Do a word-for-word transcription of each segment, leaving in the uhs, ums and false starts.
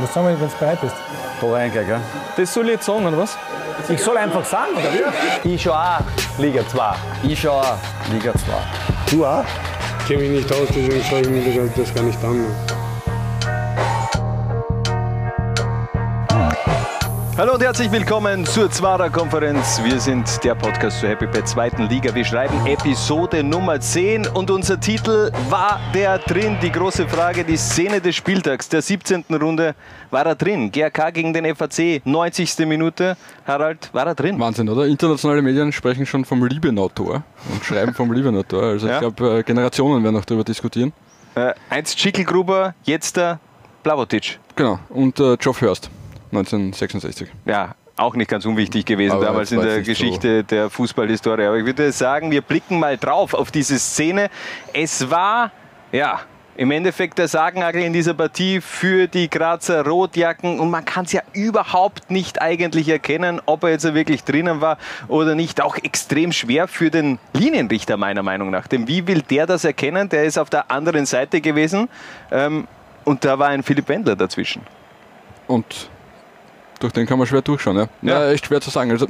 Was sagen wir, wenn du bereit bist? Da rein, gell? Das soll ich jetzt sagen, oder was? Ich soll einfach sagen, oder wie? Ich schau auch Liga zwei. Ich schau auch Liga zwei. Du auch? Ich kenne mich nicht aus, deswegen schaue ich mir das gar nicht an. Hallo und herzlich willkommen zur Zwarer-Konferenz. Wir sind der Podcast zur Happy Bad zweiten Liga. Wir schreiben Episode Nummer zehn und unser Titel war der drin. Die große Frage, die Szene des Spieltags der siebzehnten Runde. War er drin? G R K gegen den F A C, neunzigste Minute. Harald, war er drin? Wahnsinn, oder? Internationale Medien sprechen schon vom Liebenau-Tor und schreiben vom Liebenau-Tor. Also ja. Ich glaube, Generationen werden noch darüber diskutieren. Äh, einst Schickelgruber, jetzt der Blavotic. Genau, und äh, Geoff Hurst. neunzehnhundertsechsundsechzig. Ja, auch nicht ganz unwichtig gewesen aber damals in der Geschichte so. Der Fußballhistorie. Aber ich würde sagen, wir blicken mal drauf auf diese Szene. Es war, ja, im Endeffekt der Sargnagel in dieser Partie für die Grazer Rotjacken und man kann es ja überhaupt nicht eigentlich erkennen, ob er jetzt wirklich drinnen war oder nicht. Auch extrem schwer für den Linienrichter meiner Meinung nach. Denn wie will der das erkennen? Der ist auf der anderen Seite gewesen ähm, und da war ein Philipp Wendler dazwischen. Und durch den kann man schwer durchschauen. Ja. Ja. Ja, echt schwer zu sagen. Also,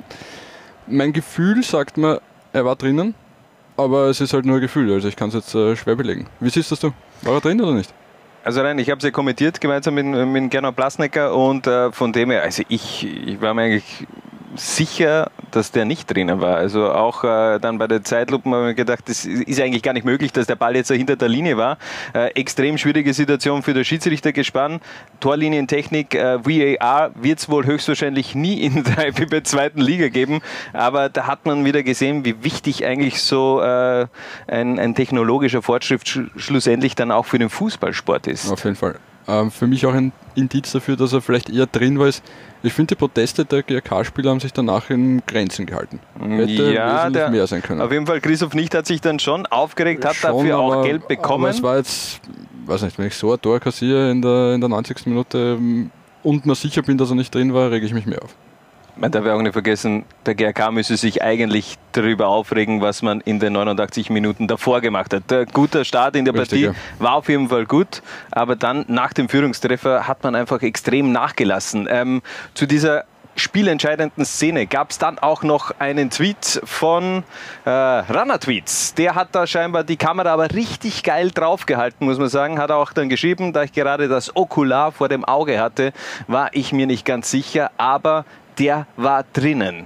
mein Gefühl sagt mir, er war drinnen, aber es ist halt nur ein Gefühl. Also ich kann es jetzt äh, schwer belegen. Wie siehst das du? War er drin oder nicht? Also nein, ich habe es ja kommentiert gemeinsam mit, mit Gernot Blasnecker und äh, von dem her, also ich, ich war mir eigentlich sicher, dass der nicht drinnen war. Also auch äh, dann bei der Zeitlupe habe ich mir gedacht, das ist eigentlich gar nicht möglich, dass der Ball jetzt hinter der Linie war. Äh, extrem schwierige Situation für das Schiedsrichtergespann. Torlinientechnik, äh, V A R wird es wohl höchstwahrscheinlich nie in der F I B A zweiten Liga geben. Aber da hat man wieder gesehen, wie wichtig eigentlich so äh, ein, ein technologischer Fortschritt sch schlussendlich dann auch für den Fußballsport ist. Auf jeden Fall. Ähm, für mich auch ein Indiz dafür, dass er vielleicht eher drin war. Ist, ich finde, die Proteste der G R K-Spieler haben sich danach in Grenzen gehalten. Hätte ja, der, mehr sein können. Auf jeden Fall, Christoph Nicht hat sich dann schon aufgeregt, hat schon, dafür auch aber, Geld bekommen. Aber es war jetzt, weiß nicht, wenn ich so ein Tor kassiere in der, in der neunzigsten Minute und mir sicher bin, dass er nicht drin war, rege ich mich mehr auf. Man darf ja auch nicht vergessen, der G R K müsse sich eigentlich darüber aufregen, was man in den neunundachtzig Minuten davor gemacht hat. Der guter Start in der Partie Richtig, ja. war auf jeden Fall gut, aber dann nach dem Führungstreffer hat man einfach extrem nachgelassen. Ähm, zu dieser spielentscheidenden Szene gab es dann auch noch einen Tweet von äh, Runner Tweets. Der hat da scheinbar die Kamera aber richtig geil draufgehalten, muss man sagen. Hat er auch dann geschrieben, da ich gerade das Okular vor dem Auge hatte, war ich mir nicht ganz sicher, aber der war drinnen.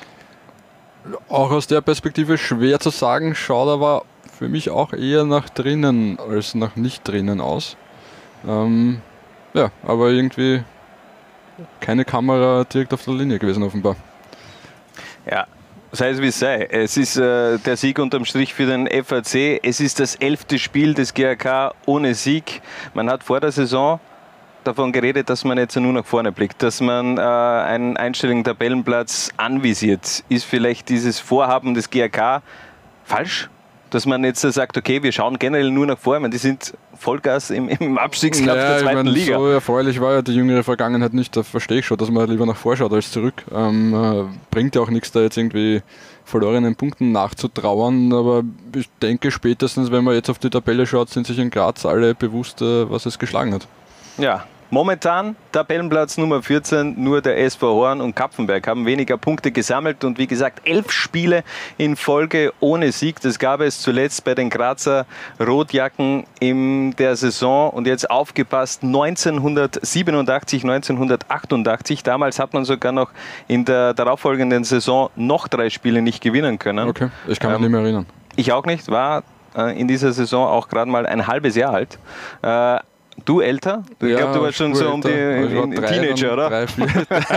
Auch aus der Perspektive schwer zu sagen, schaut aber für mich auch eher nach drinnen als nach nicht drinnen aus. Ähm, ja, aber irgendwie keine Kamera direkt auf der Linie gewesen offenbar. Ja, sei es wie es sei. Es ist äh, der Sieg unterm Strich für den F A C. Es ist das elfte Spiel des G R K ohne Sieg. Man hat vor der Saison davon geredet, dass man jetzt nur nach vorne blickt, dass man äh, einen einstelligen Tabellenplatz anvisiert. Ist vielleicht dieses Vorhaben des G R K falsch? Dass man jetzt sagt, okay, wir schauen generell nur nach vorne. Die sind Vollgas im, im Abstiegskampf naja, der zweiten ich mein, Liga. So erfreulich war ja die jüngere Vergangenheit nicht. Da verstehe ich schon, dass man lieber nach vor schaut als zurück. Ähm, äh, bringt ja auch nichts, da jetzt irgendwie verlorenen Punkten nachzutrauern. Aber ich denke, spätestens, wenn man jetzt auf die Tabelle schaut, sind sich in Graz alle bewusst, äh, was es geschlagen hat. Ja. Momentan Tabellenplatz Nummer vierzehn, nur der S V Horn und Kapfenberg haben weniger Punkte gesammelt und wie gesagt elf Spiele in Folge ohne Sieg. Das gab es zuletzt bei den Grazer Rotjacken in der Saison und jetzt aufgepasst neunzehnhundertsiebenundachtzig, neunzehnhundertachtundachtzig. Damals hat man sogar noch in der darauffolgenden Saison noch drei Spiele nicht gewinnen können. Okay, ich kann mich ähm, nicht mehr erinnern. Ich auch nicht, war äh, in dieser Saison auch gerade mal ein halbes Jahr alt. Äh, Du älter? Ich ja, glaube, du warst schon so um die in, in Teenager, oder? Drei, vier.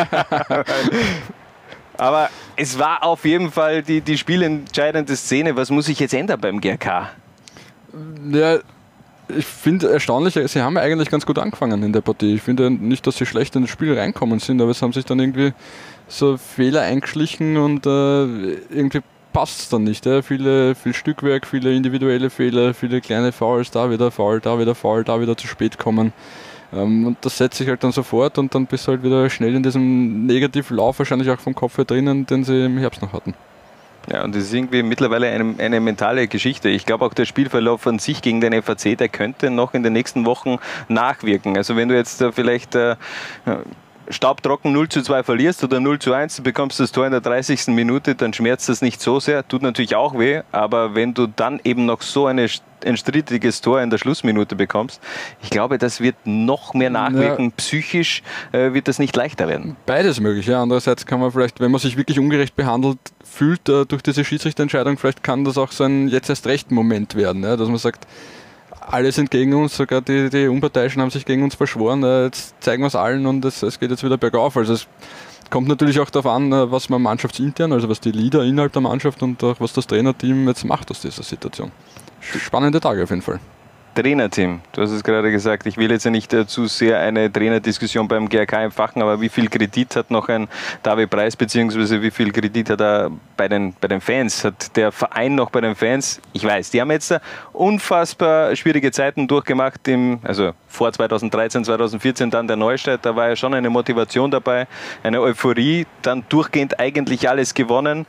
Aber es war auf jeden Fall die, die spielentscheidende Szene. Was muss sich jetzt ändern beim G R K? Ja, ich finde erstaunlich, sie haben eigentlich ganz gut angefangen in der Partie. Ich finde nicht, dass sie schlecht in das Spiel reinkommen sind, aber es haben sich dann irgendwie so Fehler eingeschlichen und äh, irgendwie passt es dann nicht. Ja? Viele, viel Stückwerk, viele individuelle Fehler, viele kleine Fouls, da wieder Foul, da wieder Foul, da wieder zu spät kommen. Ähm, und das setzt sich halt dann sofort und dann bist du halt wieder schnell in diesem Negativlauf, wahrscheinlich auch vom Kopf her drinnen, den sie im Herbst noch hatten. Ja, und das ist irgendwie mittlerweile eine, eine mentale Geschichte. Ich glaube auch der Spielverlauf an sich gegen den F A C, der könnte noch in den nächsten Wochen nachwirken. Also wenn du jetzt äh, vielleicht äh, staubtrocken null zu zwei verlierst oder null zu eins, du bekommst das Tor in der dreißigsten Minute, dann schmerzt das nicht so sehr, tut natürlich auch weh, aber wenn du dann eben noch so eine, ein strittiges Tor in der Schlussminute bekommst, ich glaube, das wird noch mehr nachwirken. Ja. Psychisch äh, wird das nicht leichter werden. Beides möglich, ja. Andererseits kann man vielleicht, wenn man sich wirklich ungerecht behandelt fühlt äh, durch diese Schiedsrichterentscheidung, vielleicht kann das auch so ein jetzt erst recht Moment werden, ja, dass man sagt, alle sind gegen uns, sogar die, die Unparteiischen haben sich gegen uns verschworen, jetzt zeigen wir es allen und es, es geht jetzt wieder bergauf. Also es kommt natürlich auch darauf an, was man mannschaftsintern, also was die Leader innerhalb der Mannschaft und auch was das Trainerteam jetzt macht aus dieser Situation. Spannende Tage auf jeden Fall. Trainerteam, du hast es gerade gesagt, ich will jetzt ja nicht äh, zu sehr eine Trainerdiskussion beim G R K empfachen, aber wie viel Kredit hat noch ein David Preis, beziehungsweise wie viel Kredit hat er bei den, bei den Fans, hat der Verein noch bei den Fans? Ich weiß, die haben jetzt unfassbar schwierige Zeiten durchgemacht, im, also vor zweitausenddreizehn, zweitausendvierzehn dann der Neustart, da war ja schon eine Motivation dabei, eine Euphorie, dann durchgehend eigentlich alles gewonnen.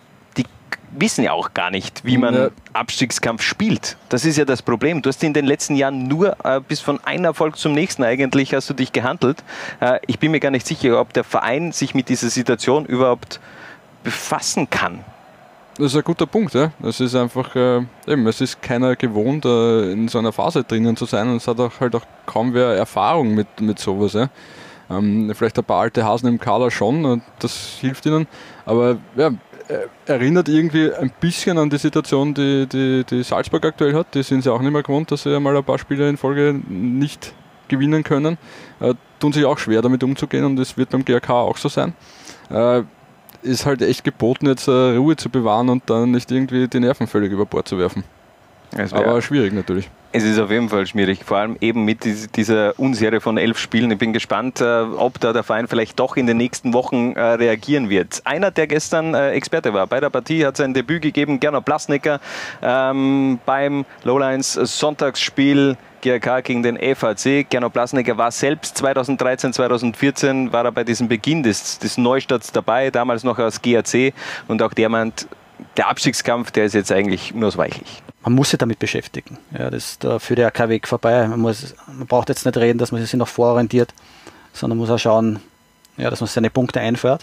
Wissen ja auch gar nicht, wie man ja. Abstiegskampf spielt. Das ist ja das Problem. Du hast in den letzten Jahren nur äh, bis von einem Erfolg zum nächsten eigentlich hast du dich gehandelt. Äh, ich bin mir gar nicht sicher, ob der Verein sich mit dieser Situation überhaupt befassen kann. Das ist ein guter Punkt. Ja. Es ist einfach, äh, eben, es ist keiner gewohnt, äh, in so einer Phase drinnen zu sein und es hat auch halt auch kaum wer Erfahrung mit, mit sowas. Ja. Ähm, vielleicht ein paar alte Hasen im Kader schon und das hilft ihnen. Aber ja, erinnert irgendwie ein bisschen an die Situation, die, die, die Salzburg aktuell hat. Die sind sie auch nicht mehr gewohnt, dass sie mal ein paar Spiele in Folge nicht gewinnen können. Äh, tun sich auch schwer damit umzugehen und das wird beim G R K auch so sein. Äh, ist halt echt geboten, jetzt äh, Ruhe zu bewahren und dann nicht irgendwie die Nerven völlig über Bord zu werfen. Aber schwierig natürlich. Es ist auf jeden Fall schwierig, vor allem eben mit dieser Unserie von elf Spielen. Ich bin gespannt, ob da der Verein vielleicht doch in den nächsten Wochen reagieren wird. Einer, der gestern Experte war bei der Partie, hat sein Debüt gegeben, Gernot Blasnecker, ähm, beim Lowlines Sonntagsspiel G R K gegen den F A C. Gernot Blasnecker war selbst zweitausenddreizehn, zweitausendvierzehn, war er bei diesem Beginn des, des Neustarts dabei, damals noch als G A C, und auch der meint, der Abstiegskampf, der ist jetzt eigentlich unausweichlich. Man muss sich damit beschäftigen. Ja, das, da führt ja kein Weg vorbei. Man, muss, man braucht jetzt nicht reden, dass man sich noch vororientiert, sondern muss auch schauen, ja, dass man seine Punkte einfährt.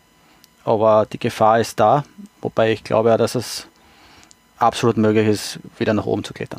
Aber die Gefahr ist da, wobei ich glaube ja, dass es absolut möglich ist, wieder nach oben zu klettern.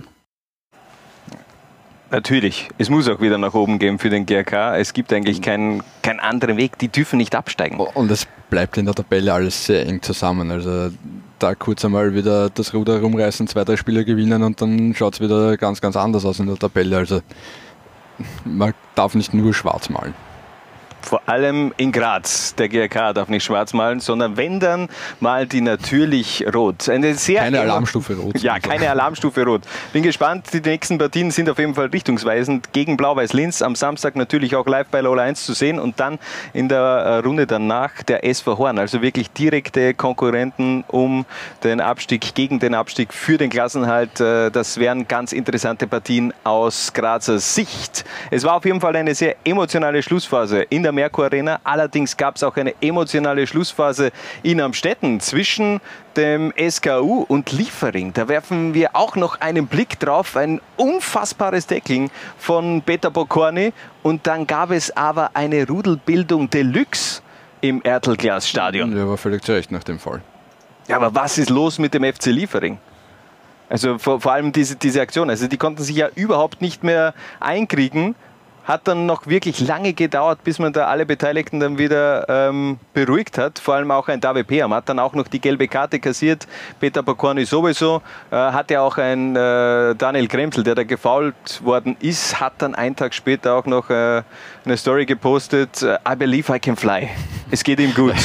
Natürlich, es muss auch wieder nach oben gehen für den G R K. Es gibt eigentlich keinen, keinen anderen Weg, die dürfen nicht absteigen. Und es bleibt in der Tabelle alles sehr eng zusammen. Also da kurz einmal wieder das Ruder rumreißen, zwei, drei Spiele gewinnen und dann schaut es wieder ganz, ganz anders aus in der Tabelle. Also man darf nicht nur schwarz malen. Vor allem in Graz. Der G R K darf nicht schwarz malen, sondern wenn, dann malt die natürlich rot. Eine sehr keine Alarmstufe rot. Ja, keine Alarmstufe rot. Bin gespannt, die nächsten Partien sind auf jeden Fall richtungsweisend. Gegen Blau-Weiß-Linz am Samstag natürlich auch live bei Lola eins zu sehen und dann in der Runde danach der S V Horn. Also wirklich direkte Konkurrenten um den Abstieg, gegen den Abstieg, für den Klassenhalt. Das wären ganz interessante Partien aus Grazer Sicht. Es war auf jeden Fall eine sehr emotionale Schlussphase in der Merkur Arena. Allerdings gab es auch eine emotionale Schlussphase in Amstetten zwischen dem S K U und Liefering. Da werfen wir auch noch einen Blick drauf. Ein unfassbares Tackling von Peter Pokorny. Und dann gab es aber eine Rudelbildung Deluxe im Ertelglas-Stadion. Ja, war völlig zu Recht nach dem Fall. Ja, aber was ist los mit dem F C Liefering? Also vor, vor allem diese, diese Aktion. Also die konnten sich ja überhaupt nicht mehr einkriegen. Hat dann noch wirklich lange gedauert, bis man da alle Beteiligten dann wieder ähm, beruhigt hat. Vor allem auch ein David Peam hat dann auch noch die gelbe Karte kassiert. Peter Pokorny sowieso. Äh, hat ja auch ein äh, Daniel Kremsel, der da gefoult worden ist, hat dann einen Tag später auch noch äh, eine Story gepostet. I believe I can fly. Es geht ihm gut.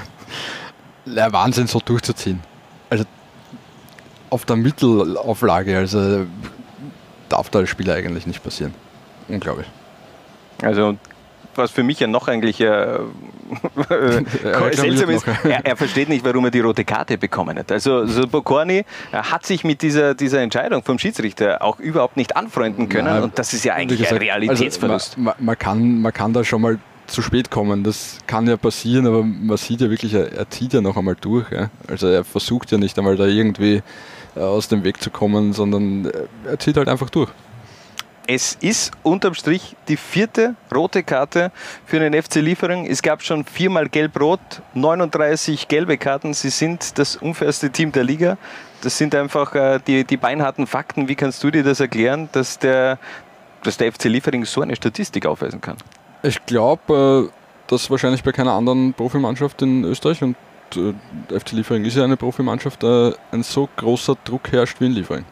Ja, Wahnsinn, so durchzuziehen. Also auf der Mittelauflage, also darf da als Spieler eigentlich nicht passieren. Unglaublich. Also, was für mich ja noch eigentlich äh, äh, seltsam ist, er, er versteht nicht, warum er die rote Karte bekommen hat. Also, so Pokorny hat sich mit dieser, dieser Entscheidung vom Schiedsrichter auch überhaupt nicht anfreunden können. Ja, und das ist ja eigentlich gesagt, ein Realitätsverlust. Also man, man, kann, man kann da schon mal zu spät kommen. Das kann ja passieren, aber man sieht ja wirklich, er, er zieht ja noch einmal durch. Ja. Also er versucht ja nicht einmal da irgendwie äh, aus dem Weg zu kommen, sondern er zieht halt einfach durch. Es ist unterm Strich die vierte rote Karte für den F C Liefering. Es gab schon viermal gelb-rot, neununddreißig gelbe Karten. Sie sind das unfairste Team der Liga. Das sind einfach äh, die, die beinharten Fakten. Wie kannst du dir das erklären, dass der, dass der F C Liefering so eine Statistik aufweisen kann? Ich glaube, äh, dass wahrscheinlich bei keiner anderen Profimannschaft in Österreich, und äh, der F C Liefering ist ja eine Profimannschaft, äh, ein so großer Druck herrscht wie in Liefering.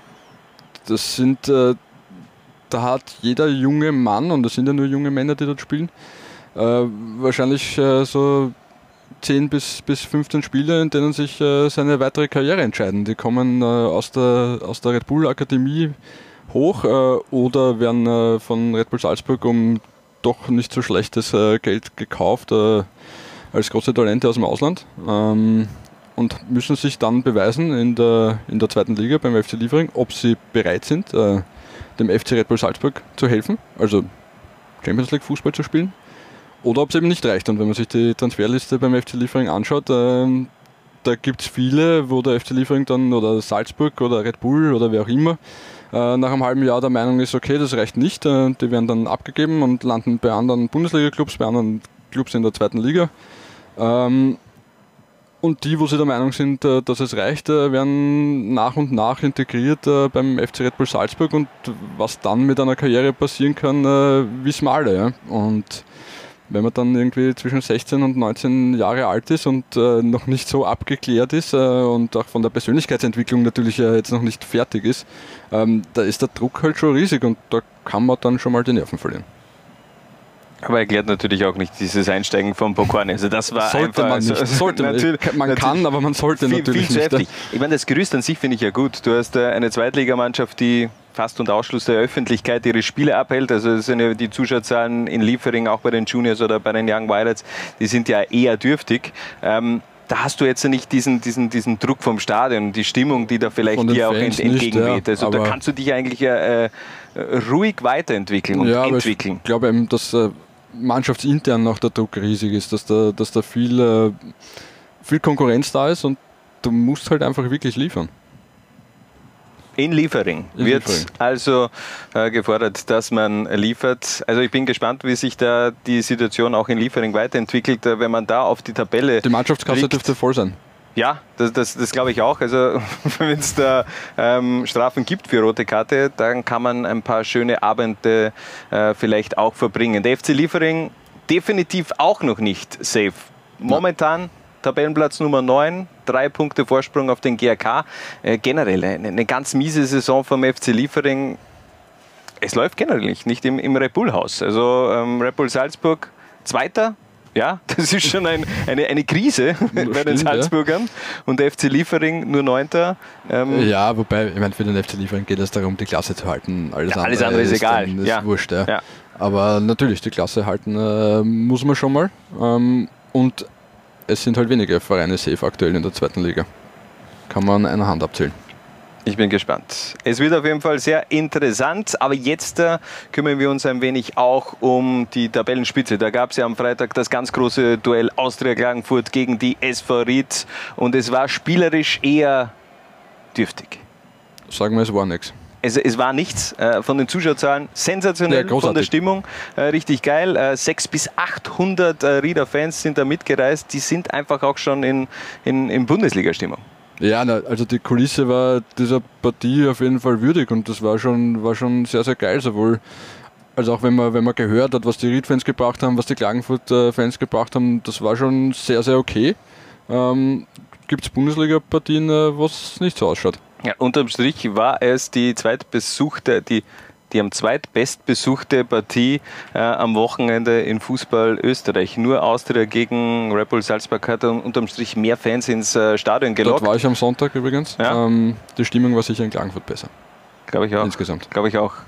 Das sind... Äh, Da hat jeder junge Mann, und das sind ja nur junge Männer, die dort spielen, äh, wahrscheinlich äh, so zehn bis fünfzehn Spiele, in denen sich äh, seine weitere Karriere entscheiden. Die kommen äh, aus, der, aus der Red Bull Akademie hoch äh, oder werden äh, von Red Bull Salzburg um doch nicht so schlechtes äh, Geld gekauft äh, als große Talente aus dem Ausland. Ähm, und müssen sich dann beweisen in der, in der zweiten Liga beim F C Liefering, ob sie bereit sind, äh, dem F C Red Bull Salzburg zu helfen, also Champions League Fußball zu spielen, oder ob es eben nicht reicht. Und wenn man sich die Transferliste beim F C Liefering anschaut, äh, da gibt es viele, wo der F C Liefering dann oder Salzburg oder Red Bull oder wer auch immer äh, nach einem halben Jahr der Meinung ist, okay, das reicht nicht, äh, die werden dann abgegeben und landen bei anderen Bundesliga-Clubs, bei anderen Clubs in der zweiten Liga. Ähm, Und die, wo sie der Meinung sind, dass es reicht, werden nach und nach integriert beim F C Red Bull Salzburg. Und was dann mit einer Karriere passieren kann, wissen wir alle. Ja? Und wenn man dann irgendwie zwischen sechzehn und neunzehn Jahre alt ist und noch nicht so abgeklärt ist und auch von der Persönlichkeitsentwicklung natürlich jetzt noch nicht fertig ist, da ist der Druck halt schon riesig und da kann man dann schon mal die Nerven verlieren. Aber erklärt natürlich auch nicht dieses Einsteigen von Pokorny. Also das war sollte einfach, man nicht. Also, sollte man, natürlich, man kann, natürlich aber man sollte viel, natürlich viel zu nicht. heftig. Ich meine, das Gerüst an sich finde ich ja gut. Du hast äh, eine Zweitligamannschaft, die fast unter Ausschluss der Öffentlichkeit ihre Spiele abhält. Also das sind ja die Zuschauerzahlen in Liefering, auch bei den Juniors oder bei den Young Violets, die sind ja eher dürftig. Ähm, Da hast du jetzt nicht diesen, diesen, diesen Druck vom Stadion, die Stimmung, die da vielleicht dir auch ent, entgegenweht. Nicht, ja, also da kannst du dich eigentlich äh, ruhig weiterentwickeln und ja, entwickeln. Ich glaube eben, dass äh, mannschaftsintern noch der Druck riesig ist, dass da, dass da viel, äh, viel Konkurrenz da ist und du musst halt einfach wirklich liefern. In Liefering In wird Liefering. also äh, gefordert, dass man liefert. Also ich bin gespannt, wie sich da die Situation auch in Liefering weiterentwickelt, wenn man da auf die Tabelle Die Mannschaftskasse blickt. dürfte voll sein. Ja, das, das, das glaube ich auch. Also wenn es da ähm, Strafen gibt für rote Karte, dann kann man ein paar schöne Abende äh, vielleicht auch verbringen. Der F C Liefering definitiv auch noch nicht safe. Momentan ja. Tabellenplatz Nummer neun, drei Punkte Vorsprung auf den G A K. Äh, generell eine, eine ganz miese Saison vom F C Liefering. Es läuft generell nicht, nicht im, im Red Bull Haus. Also ähm, Red Bull Salzburg, Zweiter. Ja, das ist schon ein, eine, eine Krise bei Stimmt, den Salzburgern. Ja. Und der F C Liefering nur Neunter. Ähm ja, wobei, ich meine, für den F C Liefering geht es darum, die Klasse zu halten. Alles, ja, andere, alles andere ist, ist egal. Dann, ist ja. wurscht. Ja. Ja. Aber natürlich, die Klasse halten äh, muss man schon mal. Ähm, und es sind halt wenige Vereine safe aktuell in der zweiten Liga. Kann man an einer Hand abzählen. Ich bin gespannt. Es wird auf jeden Fall sehr interessant, aber jetzt äh, kümmern wir uns ein wenig auch um die Tabellenspitze. Da gab es ja am Freitag das ganz große Duell Austria Klagenfurt gegen die S V Ried und es war spielerisch eher dürftig. Sagen wir, es war nichts. Es, es war nichts. Äh, von den Zuschauerzahlen sensationell, ja, von der Stimmung äh, richtig geil. Äh, sechshundert bis achthundert äh, Rieder Fans sind da mitgereist. Die sind einfach auch schon in, in, in Bundesliga-Stimmung. Ja, also die Kulisse war dieser Partie auf jeden Fall würdig und das war schon, war schon sehr, sehr geil, sowohl also auch wenn man, wenn man gehört hat, was die Ried-Fans gebracht haben, was die Klagenfurt-Fans gebracht haben, das war schon sehr, sehr okay. Ähm, Gibt es Bundesliga-Partien, wo es nicht so ausschaut? Ja, unterm Strich war es die zweitbesuchte, die die am zweitbestbesuchte Partie äh, am Wochenende in Fußball Österreich. Nur Austria gegen Red Bull Salzburg hat unterm Strich mehr Fans ins äh, Stadion gelockt. Dort war ich am Sonntag übrigens. Ja. Ähm, die Stimmung war sicher in Klagenfurt besser. Glaube ich auch. Insgesamt. Glaube ich auch.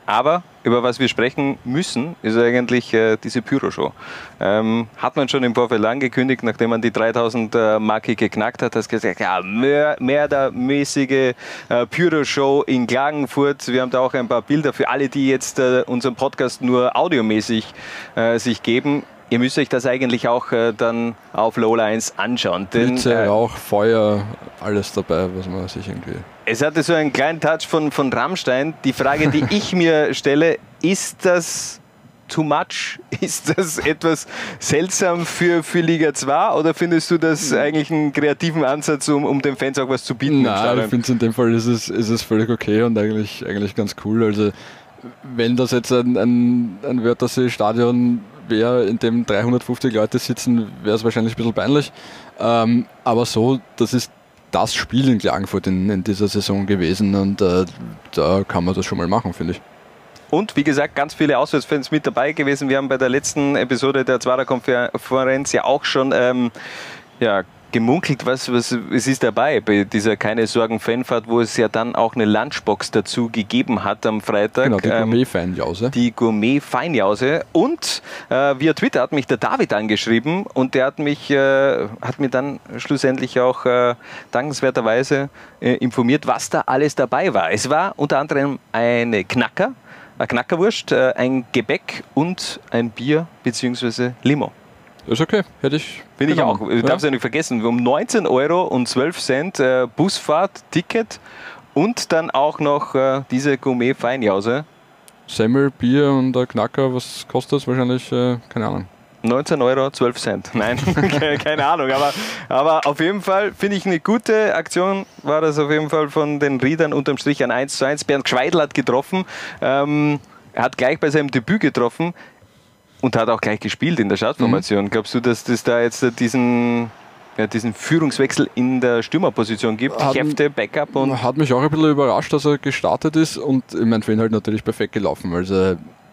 Aber über was wir sprechen müssen, ist eigentlich äh, diese Pyro-Show. Ähm, hat man schon im Vorfeld angekündigt, nachdem man die dreitausend-Marke geknackt hat, hat gesagt, ja, mehr, mehr der mäßige äh, Pyro-Show in Klagenfurt. Wir haben da auch ein paar Bilder für alle, die jetzt äh, unseren Podcast nur audiomäßig äh, sich geben. Ihr müsst euch das eigentlich auch äh, dann auf Lola eins anschauen. Denn, Blitze, äh, Rauch, Feuer, alles dabei, was man sich irgendwie... Es hatte so einen kleinen Touch von, von Rammstein. Die Frage, die ich mir stelle, ist das too much? Ist das etwas seltsam für, für Liga zwei oder findest du das eigentlich einen kreativen Ansatz, um, um den Fans auch was zu bieten? Nein, ich finde es in dem Fall ist es, ist es völlig okay und eigentlich, eigentlich ganz cool. Also wenn das jetzt ein, ein, ein Wörthersee-Stadion wäre, in dem dreihundertfünfzig Leute sitzen, wäre es wahrscheinlich ein bisschen peinlich. Ähm, aber so, das ist das Spiel in Klagenfurt in, in dieser Saison gewesen und äh, da kann man das schon mal machen, finde ich. Und wie gesagt, ganz viele Auswärtsfans mit dabei gewesen. Wir haben bei der letzten Episode der Zwarer Konferenz ja auch schon ähm, ja, gemunkelt, was, was es ist dabei bei dieser Keine-Sorgen-Fanfahrt, wo es ja dann auch eine Lunchbox dazu gegeben hat am Freitag. Genau, die ähm, Gourmet-Feinjause. Die Gourmet-Feinjause. Und äh, via Twitter hat mich der David angeschrieben und der hat mich äh, hat mir dann schlussendlich auch äh, dankenswerterweise äh, informiert, was da alles dabei war. Es war unter anderem eine Knacker, eine Knackerwurst, äh, ein Gebäck und ein Bier bzw. Limo. Ist okay, hätte ich. Finde ich genommen. auch. Ich darf es ja nicht vergessen. Um neunzehn Euro und zwölf Cent äh, Busfahrt, Ticket und dann auch noch äh, diese Gourmet-Feinjause. Semmel, Bier und ein Knacker, was kostet das wahrscheinlich? Äh, keine Ahnung. neunzehn Euro, zwölf Cent. Nein, keine Ahnung. Aber, aber auf jeden Fall finde ich eine gute Aktion, war das auf jeden Fall von den Riedern unterm Strich ein eins zu eins. Bernd Gschweidl hat getroffen. Ähm, er hat gleich bei seinem Debüt getroffen. Und hat auch gleich gespielt in der Startformation. Mhm. Glaubst du, dass das da jetzt diesen, ja, diesen Führungswechsel in der Stürmerposition gibt? Hat, Hefte, Backup und... Hat mich auch ein bisschen überrascht, dass er gestartet ist und ich meine, für ihn halt natürlich perfekt gelaufen. Also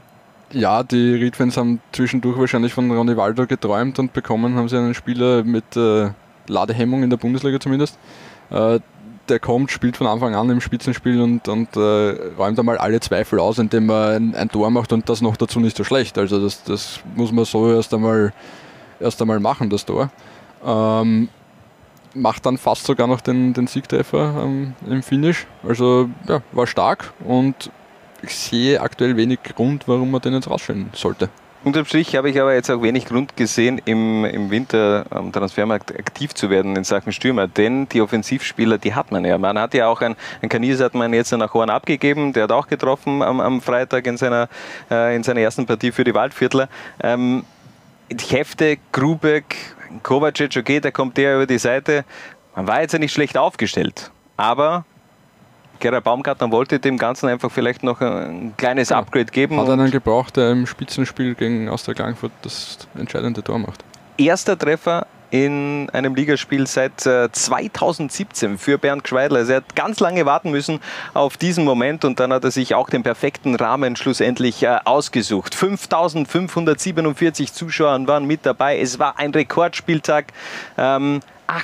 ja, die Ried-Fans haben zwischendurch wahrscheinlich von Ronny Waldo geträumt und bekommen haben sie einen Spieler mit äh, Ladehemmung in der Bundesliga zumindest. Äh, der kommt, spielt von Anfang an im Spitzenspiel und, und äh, räumt einmal alle Zweifel aus, indem er ein, ein Tor macht und das noch dazu nicht so schlecht. Also das, das muss man so erst einmal, erst einmal machen, das Tor. Ähm, macht dann fast sogar noch den, den Siegtreffer ähm, im Finish. Also ja, war stark und ich sehe aktuell wenig Grund, warum man den jetzt rausstellen sollte. Unterm Strich habe ich aber jetzt auch wenig Grund gesehen, im, im Winter am Transfermarkt aktiv zu werden in Sachen Stürmer, denn die Offensivspieler, die hat man ja. Man hat ja auch einen, einen Kanis hat man jetzt nach Horn abgegeben, der hat auch getroffen am, am Freitag in seiner, äh, in seiner ersten Partie für die Waldviertler. Ähm, Hefte, Grubeck, Kovacic, okay, da kommt der über die Seite. Man war jetzt ja nicht schlecht aufgestellt, aber Gerhard Baumgartner wollte dem Ganzen einfach vielleicht noch ein kleines ja, Upgrade geben. Hat einen gebraucht, der im Spitzenspiel gegen Austria Klagenfurt das entscheidende Tor macht. Erster Treffer in einem Ligaspiel seit äh, zweitausendsiebzehn für Bernd Gschweidl. Also er hat ganz lange warten müssen auf diesen Moment und dann hat er sich auch den perfekten Rahmen schlussendlich äh, ausgesucht. fünftausendfünfhundertsiebenundvierzig Zuschauer waren mit dabei. Es war ein Rekordspieltag. Ähm,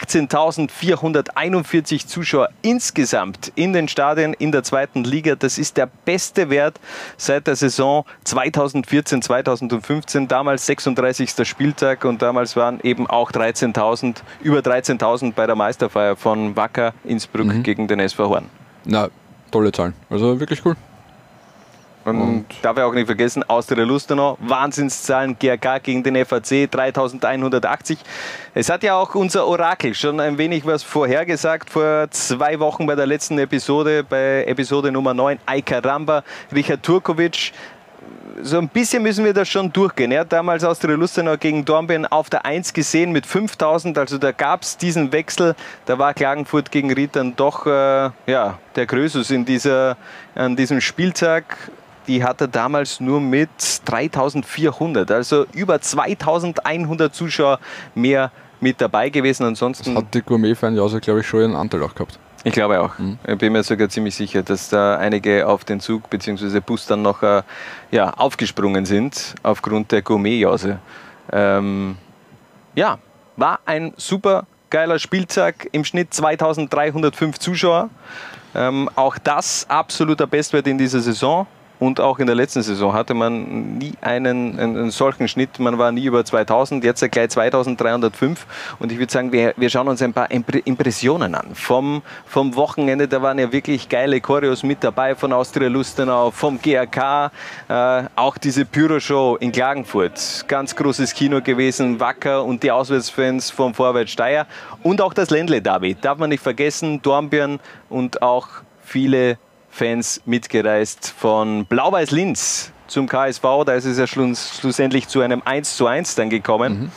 achtzehntausendvierhunderteinundvierzig Zuschauer insgesamt in den Stadien in der zweiten Liga. Das ist der beste Wert seit der Saison zweitausendvierzehn zweitausendfünfzehn. Damals sechsunddreißigster Spieltag und damals waren eben auch dreizehntausend, über dreizehntausend bei der Meisterfeier von Wacker Innsbruck mhm. gegen den S V Horn. Na, tolle Zahlen. Also wirklich cool. Und, und darf ich auch nicht vergessen, Austria Lustenau, Wahnsinnszahlen, G A K gegen den F A C, dreitausendeinhundertachtzig. Es hat ja auch unser Orakel schon ein wenig was vorhergesagt, vor zwei Wochen bei der letzten Episode, bei Episode Nummer neun, Aika Ramba, Richard Turkovic. So ein bisschen müssen wir das schon durchgehen. Er hat damals Austria Lustenau gegen Dornbirn auf der eins gesehen mit fünftausend, also da gab es diesen Wechsel. Da war Klagenfurt gegen Ried dann doch äh, ja, der Krösus in dieser, an diesem Spieltag. Die hatte damals nur mit dreitausendvierhundert, also über zweitausendeinhundert Zuschauer mehr mit dabei gewesen. Ansonsten das hat die Gourmet-Feinjause, glaube ich, schon einen Anteil auch gehabt. Ich glaube auch. Mhm. Ich bin mir sogar ziemlich sicher, dass da einige auf den Zug bzw. Bus dann noch äh, ja, aufgesprungen sind aufgrund der Gourmet-Jause. Ähm, ja, war ein super geiler Spieltag, im Schnitt zweitausenddreihundertfünf Zuschauer. Ähm, auch das absoluter Bestwert in dieser Saison. und auch in der letzten Saison hatte man nie einen, einen, einen solchen Schnitt. Man war nie über zweitausend, jetzt gleich zweitausenddreihundertfünf. Und ich würde sagen, wir, wir schauen uns ein paar Impressionen an. Vom, vom Wochenende, da waren ja wirklich geile Choreos mit dabei von Austria Lustenau, vom G A K, äh, auch diese Pyroshow in Klagenfurt. Ganz großes Kino gewesen, Wacker und die Auswärtsfans vom Vorwärts Steyr. Und auch das Ländle-Derby, darf man nicht vergessen, Dornbirn und auch viele Fans mitgereist von Blau-Weiß Linz zum K S V. Da ist es ja schluss, schlussendlich zu einem eins zu eins dann gekommen. Mhm.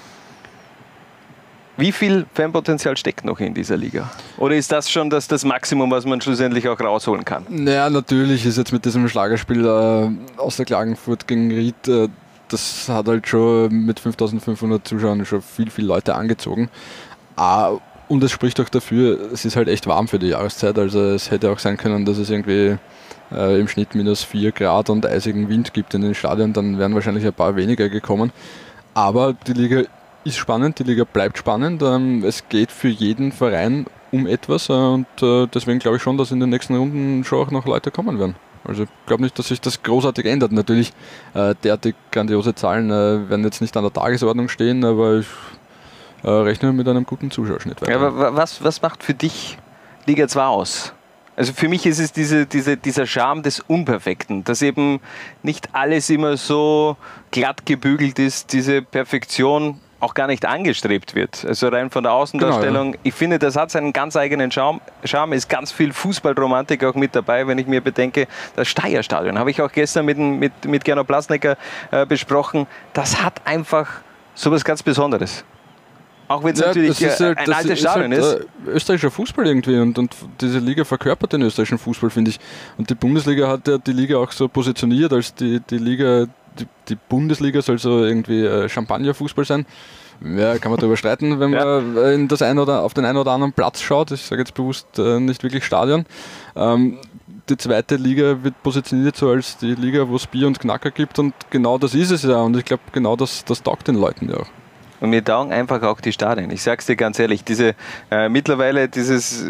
Wie viel Fanpotenzial steckt noch in dieser Liga? Oder ist das schon das, das Maximum, was man schlussendlich auch rausholen kann? Naja, natürlich ist jetzt mit diesem Schlagerspiel äh, aus der Klagenfurt gegen Ried, äh, das hat halt schon mit fünftausendfünfhundert Zuschauern schon viel, viel Leute angezogen. Ah, und es spricht auch dafür, es ist halt echt warm für die Jahreszeit. Also es hätte auch sein können, dass es irgendwie äh, im Schnitt minus vier Grad und eisigen Wind gibt in den Stadien. Dann wären wahrscheinlich ein paar weniger gekommen. Aber die Liga ist spannend, die Liga bleibt spannend. Ähm, es geht für jeden Verein um etwas. Äh, und äh, deswegen glaube ich schon, dass in den nächsten Runden schon auch noch Leute kommen werden. Also ich glaube nicht, dass sich das großartig ändert. Natürlich, äh, derartig grandiose Zahlen äh, werden jetzt nicht an der Tagesordnung stehen, aber ich Äh, rechnen mit einem guten Zuschauerschnitt weiter. Ja, aber was, was macht für dich Liga zwei aus? Also für mich ist es diese, diese, dieser Charme des Unperfekten, dass eben nicht alles immer so glatt gebügelt ist, diese Perfektion auch gar nicht angestrebt wird. Also rein von der Außendarstellung. Genau, ja. Ich finde, das hat seinen ganz eigenen Charme. Charme ist ganz viel Fußballromantik auch mit dabei, wenn ich mir bedenke, das Steyr-Stadion, habe ich auch gestern mit, mit, mit Gernot Blasnecker äh, besprochen, das hat einfach sowas ganz Besonderes. Auch wenn es ja, natürlich ist halt, ein altes Stadion ist. Halt, ist. Äh, österreichischer Fußball irgendwie und, und diese Liga verkörpert den österreichischen Fußball, finde ich. Und die Bundesliga hat ja die Liga auch so positioniert, als die, die Liga, die, die Bundesliga soll so irgendwie äh, Champagnerfußball sein. Ja, kann man darüber streiten, wenn ja. man in das ein oder, auf den einen oder anderen Platz schaut. Ich sage jetzt bewusst äh, nicht wirklich Stadion. Ähm, die zweite Liga wird positioniert so als die Liga, wo es Bier und Knacker gibt und genau das ist es ja. Und ich glaube, genau das, das taugt den Leuten ja auch. Und mir taugen einfach auch die Stadien. Ich sag's dir ganz ehrlich, diese äh, mittlerweile dieses,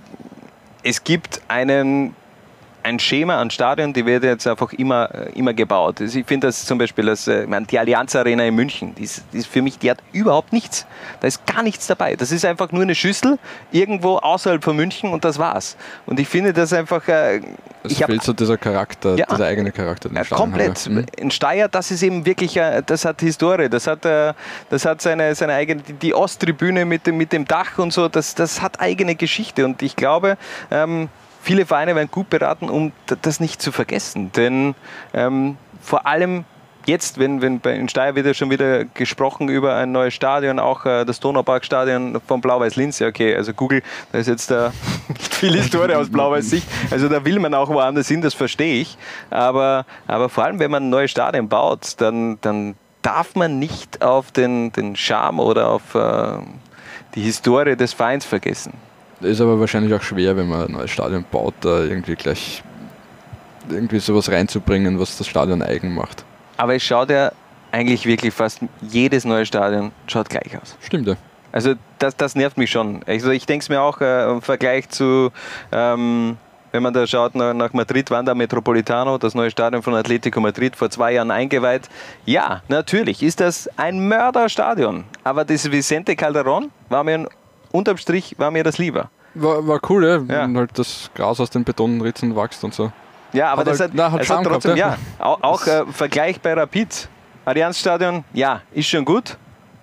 es gibt einen ein Schema an Stadien, die wird jetzt einfach immer, immer gebaut. Also ich finde das zum Beispiel, das, die Allianz Arena in München, die ist, die ist für mich, die hat überhaupt nichts. Da ist gar nichts dabei. Das ist einfach nur eine Schüssel irgendwo außerhalb von München und das war's. Und ich finde das einfach... Äh, es fehlt hab, so dieser Charakter, ja, dieser eigene Charakter. Den ja, komplett. Mhm. In Steyr, das ist eben wirklich, das hat Historie, das hat, das hat seine, seine eigene, die Osttribüne mit dem, mit dem Dach und so, das, das hat eigene Geschichte. Und ich glaube... Ähm, viele Vereine werden gut beraten, um das nicht zu vergessen. Denn ähm, vor allem jetzt, wenn, wenn in Steyr wird ja schon wieder gesprochen über ein neues Stadion, auch äh, das Donauparkstadion von Blau-Weiß Linz. Ja, okay, also Google, da ist jetzt äh, viel Historie aus Blau-Weiß Sicht. Also da will man auch woanders hin, das verstehe ich. Aber, aber vor allem, wenn man ein neues Stadion baut, dann, dann darf man nicht auf den, den Charme oder auf äh, die Historie des Vereins vergessen. Ist aber wahrscheinlich auch schwer, wenn man ein neues Stadion baut, da irgendwie gleich irgendwie sowas reinzubringen, was das Stadion eigen macht. Aber es schaut ja eigentlich wirklich fast jedes neue Stadion schaut gleich aus. Stimmt ja. Also das, das nervt mich schon. Also ich denke es mir auch äh, im Vergleich zu, ähm, wenn man da schaut nach, nach Madrid, Wanda Metropolitano, das neue Stadion von Atletico Madrid, vor zwei Jahren eingeweiht. Ja, natürlich ist das ein Mörderstadion. Aber das Vicente Calderón war mir ein unterm Strich war mir das lieber. War, war cool, ja. Ja. Und halt das Gras aus den Betonritzen wächst und so. Ja, aber hat das halt, hat, na, hat, es hat trotzdem, gehabt, ja. Auch, auch äh, Vergleich bei Rapid. Allianzstadion, ja, ist schon gut.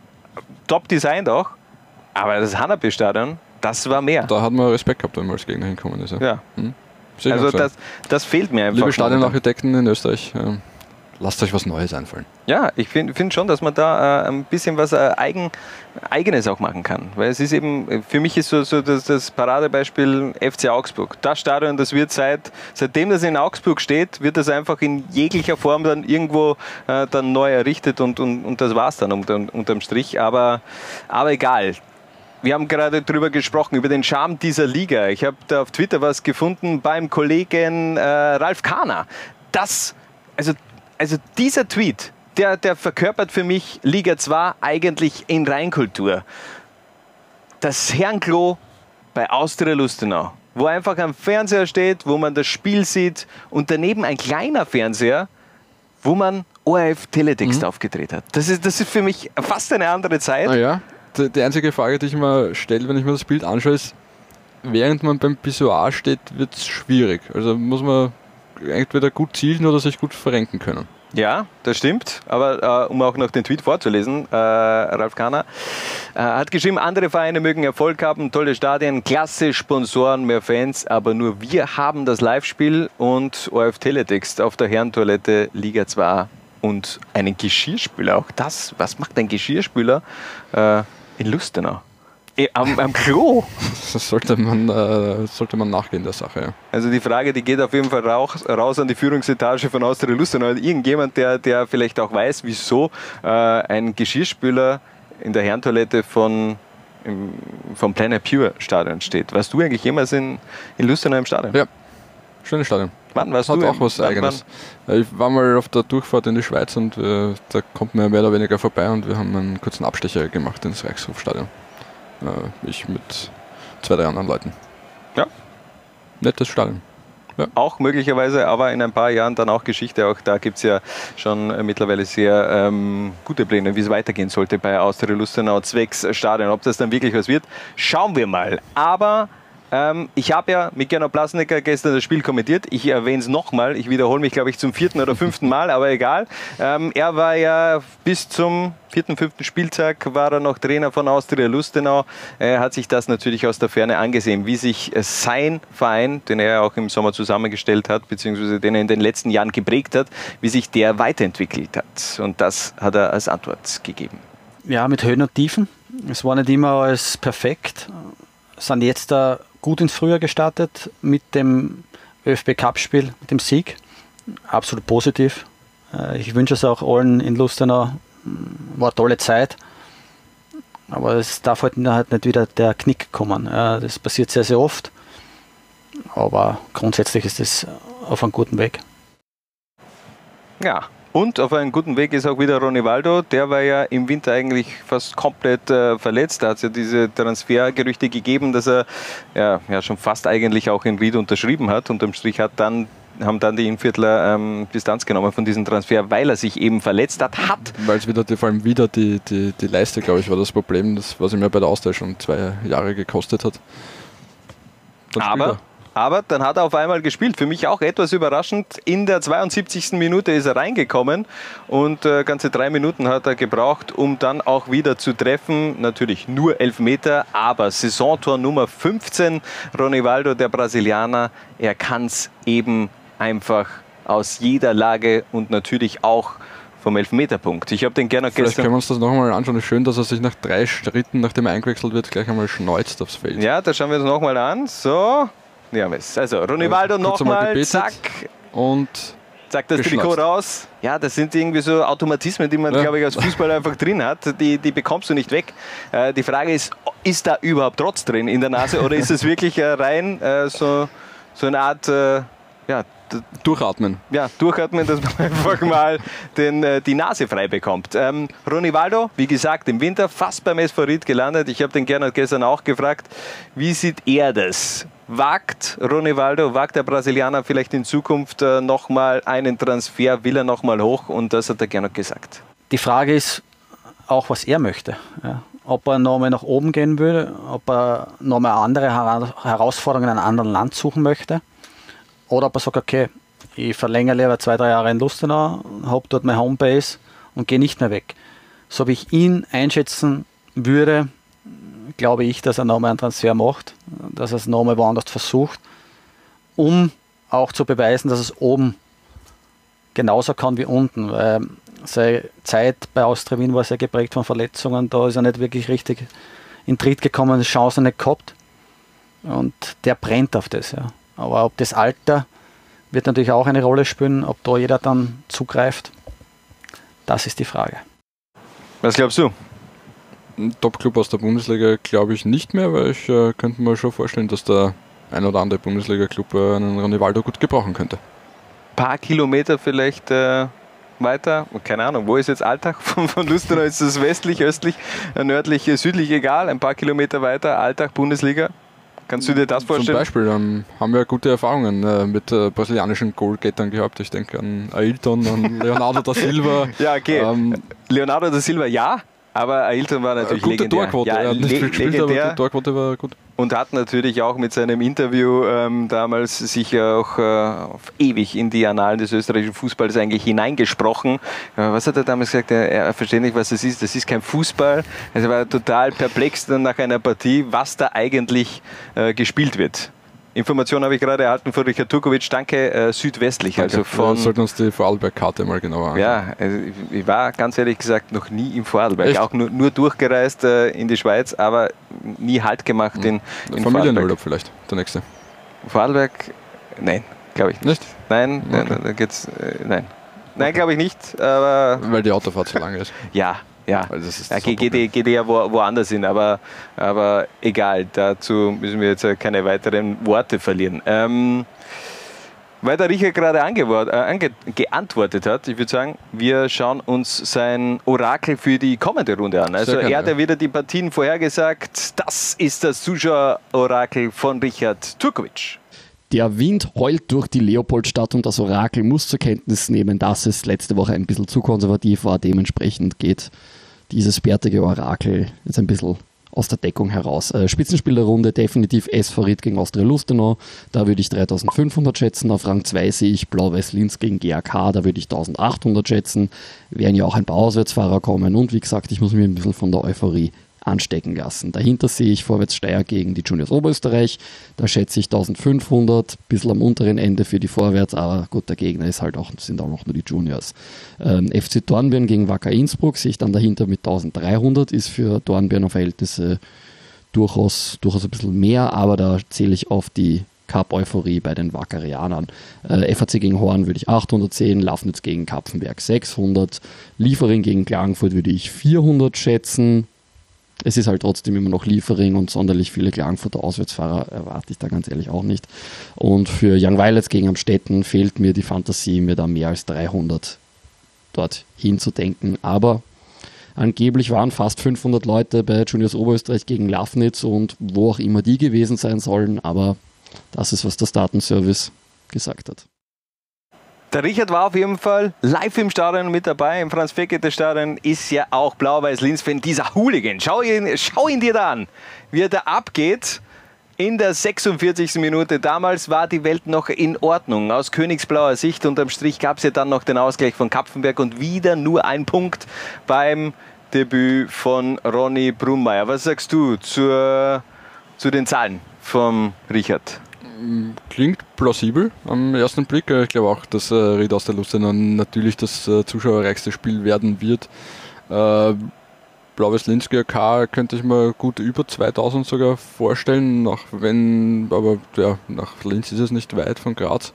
Top designt auch. Aber das Hanapi-Stadion, das war mehr. Da hat man Respekt gehabt, wenn man als Gegner hinkommen ist. Ja. ja. Hm. Also das, das fehlt mir einfach. Liebe Stadionarchitekten in Österreich, äh, lasst euch was Neues einfallen. Ja, ich finde find schon, dass man da äh, ein bisschen was äh, eigen, Eigenes auch machen kann. Weil es ist eben, für mich ist so, so das, das Paradebeispiel F C Augsburg. Das Stadion, das wird seit, seitdem das in Augsburg steht, wird das einfach in jeglicher Form dann irgendwo äh, dann neu errichtet und, und, und das war es dann unter, unterm Strich. Aber, aber egal. Wir haben gerade darüber gesprochen, über den Charme dieser Liga. Ich habe da auf Twitter was gefunden beim Kollegen äh, Ralf Kahner. Das, also Also dieser Tweet, der, der verkörpert für mich Liga zwei eigentlich in Reinkultur. Das Herrenklo bei Austria Lustenau wo einfach ein Fernseher steht, wo man das Spiel sieht und daneben ein kleiner Fernseher, wo man O R F Teletext mhm. aufgedreht hat. Das ist, das ist für mich fast eine andere Zeit. Naja, die, die einzige Frage, die ich mir stelle, wenn ich mir das Bild anschaue, ist, während man beim Pissoir steht, wird es schwierig. Also muss man entweder gut zielen oder sich gut verrenken können. Ja, das stimmt. Aber äh, um auch noch den Tweet vorzulesen, äh, Ralf Kahner äh, hat geschrieben, andere Vereine mögen Erfolg haben, tolle Stadien, klasse Sponsoren, mehr Fans, aber nur wir haben das Live-Spiel und O R F Teletext auf der Herrentoilette Liga zwei und einen Geschirrspüler. Auch das, was macht ein Geschirrspüler äh, in Lustenau? Am, am Klo. Das sollte man, äh, sollte man nachgehen, der Sache. Ja. Also die Frage, die geht auf jeden Fall raus, raus an die Führungsetage von Austria Lustenau. Irgendjemand, der, der vielleicht auch weiß, wieso äh, ein Geschirrspüler in der Herrentoilette von, im, vom Planet Pure Stadion steht. Warst du eigentlich jemals in, in Lustenau im Stadion? Ja, schönes Stadion. Wann warst Hat du? auch was wann, Eigenes. Wann? Ich war mal auf der Durchfahrt in die Schweiz und äh, da kommt man mehr oder weniger vorbei und wir haben einen kurzen Abstecher gemacht ins Reichshofstadion. Ich mit zwei, drei anderen Leuten. Ja. Nettes Stadion. Ja. Auch möglicherweise, aber in ein paar Jahren dann auch Geschichte. Auch da gibt es ja schon äh, mittlerweile sehr ähm, gute Pläne, wie es weitergehen sollte bei Austria Lustenau zwecks Stadion. Ob das dann wirklich was wird, schauen wir mal. Aber ähm, ich habe ja mit Gernot Blasnecker gestern das Spiel kommentiert. Ich erwähne es nochmal. Ich wiederhole mich, glaube ich, zum vierten oder fünften Mal, aber egal. Ähm, er war ja bis zum vierten, fünften Spieltag war er noch Trainer von Austria Lustenau. Er hat sich das natürlich aus der Ferne angesehen, wie sich sein Verein, den er auch im Sommer zusammengestellt hat, beziehungsweise den er in den letzten Jahren geprägt hat, wie sich der weiterentwickelt hat. Und das hat er als Antwort gegeben. Ja, mit Höhen und Tiefen. Es war nicht immer alles perfekt. Sind jetzt da gut ins Frühjahr gestartet mit dem ÖFB-Cup-Spiel, mit dem Sieg. Absolut positiv. Ich wünsche es auch allen in Lustenau. War eine tolle Zeit, aber es darf halt nicht wieder der Knick kommen. Das passiert sehr, sehr oft, aber grundsätzlich ist es auf einem guten Weg. Ja, und auf einem guten Weg ist auch wieder Ronny Waldo. Der war ja im Winter eigentlich fast komplett äh, verletzt. Da hat es ja diese Transfergerüchte gegeben, dass er ja, ja schon fast eigentlich auch in Ried unterschrieben hat. Unterm Strich hat dann haben dann die Innviertler ähm, Distanz genommen von diesem Transfer, weil er sich eben verletzt hat. hat. Weil es wieder, die, vor allem wieder die, die, die Leiste, glaube ich, war das Problem, das, was ihm ja bei der Austria schon zwei Jahre gekostet hat. Dann aber, aber dann hat er auf einmal gespielt. Für mich auch etwas überraschend. In der zweiundsiebzigsten Minute ist er reingekommen und äh, ganze drei Minuten hat er gebraucht, um dann auch wieder zu treffen. Natürlich nur elf Meter, aber Saisontor Nummer fünfzehn. Ronny Waldo, der Brasilianer, er kann es eben einfach aus jeder Lage und natürlich auch vom Elfmeterpunkt. Ich habe den gerne Vielleicht gestern... können wir uns das noch einmal anschauen. Es ist schön, dass er sich nach drei Schritten, nachdem er eingewechselt wird, gleich einmal schneuzt aufs Feld. Ja, da schauen wir uns nochmal an. So, ja, also Ronny Waldo nochmal, zack. Und zack, das Trikot raus. Ja, das sind irgendwie so Automatismen, die man, ja. glaube ich, als Fußballer einfach drin hat. Die, die bekommst du nicht weg. Äh, die Frage ist, ist da überhaupt Trotz drin in der Nase oder ist es wirklich äh, rein äh, so, so eine Art... Äh, ja, Durchatmen. Ja, durchatmen, dass man einfach mal den, äh, die Nase frei bekommt. Ähm, Ronny Waldo, wie gesagt, im Winter fast beim S V Ried gelandet. Ich habe den Gernot gestern auch gefragt, wie sieht er das? Wagt Ronny Waldo, wagt der Brasilianer vielleicht in Zukunft äh, nochmal einen Transfer, will er nochmal hoch? Und das hat der Gernot gesagt. Die Frage ist auch, was er möchte. Ja. Ob er nochmal nach oben gehen würde, ob er nochmal andere Herausforderungen in einem anderen Land suchen möchte. Oder ob er sagt, okay, ich verlängere lieber zwei, drei Jahre in Lustenau, habe dort meine Homebase und gehe nicht mehr weg. So wie ich ihn einschätzen würde, glaube ich, dass er nochmal einen Transfer macht, dass er es nochmal woanders versucht, um auch zu beweisen, dass es oben genauso kann wie unten. Weil seine Zeit bei Austria Wien war sehr geprägt von Verletzungen, da ist er nicht wirklich richtig in Tritt gekommen, Chancen nicht gehabt und der brennt auf das, ja. Aber ob das Alter wird natürlich auch eine Rolle spielen, ob da jeder dann zugreift, das ist die Frage. Was glaubst du? Ein Top-Club aus der Bundesliga glaube ich nicht mehr, weil ich äh, könnte mir schon vorstellen, dass der ein oder andere Bundesliga-Club äh, einen Ronny Waldo gut gebrauchen könnte. Ein paar Kilometer vielleicht äh, weiter, keine Ahnung, wo ist jetzt Alltag von, von Lustenau? Ist es westlich, östlich, nördlich, südlich, egal, ein paar Kilometer weiter, Alltag, Bundesliga? Kannst du dir das vorstellen? Zum Beispiel ähm, haben wir gute Erfahrungen äh, mit äh, brasilianischen Goalgettern gehabt. Ich denke an Ailton, an Leonardo da Silva. Ja, okay. Ähm, Leonardo da Silva ja, aber Ailton war natürlich gute legendär. Torquote. Ja, er hat nicht viel gespielt, legendär. aber die Torquote war gut. Und hat natürlich auch mit seinem Interview ähm, damals sich auch äh, auf ewig in die Annalen des österreichischen Fußballs eigentlich hineingesprochen. Äh, was hat er damals gesagt? Er, er versteht nicht, was das ist. Das ist kein Fußball. Also er war total perplex dann nach einer Partie, was da eigentlich äh, gespielt wird. Information habe ich gerade erhalten von Richard Turkovic. Danke, äh, südwestlich. Danke. Also von, wir sollten uns die Vorarlberg-Karte mal genauer anschauen. ja, also ich war ganz ehrlich gesagt noch nie im Vorarlberg. Echt? Auch nur, nur durchgereist äh, in die Schweiz, aber nie Halt gemacht in, in Vorarlberg. Familienurlaub vielleicht, der nächste. Vorarlberg? Nein, glaube ich nicht. Nicht? Nein, Okay. nein, da geht's, äh, nein. Nein, glaube ich nicht, aber Weil die Autofahrt so lange ist. ja, ja. Also das ist ja das geht, geht, geht eher wo, woanders hin, aber, aber egal, dazu müssen wir jetzt äh, keine weiteren Worte verlieren. Ähm, weil der Richard gerade angewort- äh, ange- geantwortet hat, ich würde sagen, wir schauen uns sein Orakel für die kommende Runde an. Also Sehr gerne, er hat ja wieder die Partien vorhergesagt. Das ist das Zuschauerorakel von Richard Turkovic. Der Wind heult durch die Leopoldstadt und das Orakel muss zur Kenntnis nehmen, dass es letzte Woche ein bisschen zu konservativ war. Dementsprechend geht dieses bärtige Orakel jetzt ein bisschen aus der Deckung heraus. Äh, Spitzenspiel der Runde definitiv S V Ried gegen Austria Lustenau. Da würde ich dreitausendfünfhundert schätzen. Auf Rang zwei sehe ich Blau-Weiß Linz gegen G A K. Da würde ich eintausendachthundert schätzen. Werden ja auch ein paar Auswärtsfahrer kommen. Und wie gesagt, ich muss mich ein bisschen von der Euphorie anstecken lassen. Dahinter sehe ich Vorwärts Steyr gegen die Juniors Oberösterreich. Da schätze ich eintausendfünfhundert, ein bisschen am unteren Ende für die Vorwärts, aber gut, der Gegner ist halt auch, sind auch noch nur die Juniors. Ähm, F C Dornbirn gegen Wacker Innsbruck sehe ich dann dahinter mit eintausenddreihundert, ist für Dornbirner Verhältnisse durchaus, durchaus ein bisschen mehr, aber da zähle ich auf die Cup-Euphorie bei den Wackerianern. Äh, F A C gegen Horn würde ich achthundert sehen, Lafnitz gegen Kapfenberg sechshundert, Liefering gegen Klagenfurt würde ich vierhundert schätzen. Es ist halt trotzdem immer noch Liefering und sonderlich viele Klagenfurter Auswärtsfahrer erwarte ich da ganz ehrlich auch nicht. Und für Young Violets gegen Amstetten fehlt mir die Fantasie, mir da mehr als dreihundert dort hinzudenken. Aber angeblich waren fast fünfhundert Leute bei Juniors Oberösterreich gegen Lafnitz und wo auch immer die gewesen sein sollen. Aber das ist, was der Datenservice gesagt hat. Der Richard war auf jeden Fall live im Stadion mit dabei. Im Franz-Fekete-Stadion ist ja auch Blau-Weiß-Linz-Fan, dieser Hooligan. Schau ihn, schau ihn dir da an, wie er da abgeht in der sechsundvierzigsten Minute. Damals war die Welt noch in Ordnung. Aus königsblauer Sicht unterm Strich gab es ja dann noch den Ausgleich von Kapfenberg und wieder nur ein Punkt beim Debüt von Ronny Brunnmeier. Was sagst du zur, zu den Zahlen vom Richard? Klingt plausibel am ersten Blick. Ich glaube auch, dass äh, Ried Austria Lustenau natürlich das äh, zuschauerreichste Spiel werden wird. Äh, Blau-Weiß Linz G A K könnte ich mir gut über zweitausend sogar vorstellen, nach, wenn, aber ja, nach Linz ist es nicht weit von Graz.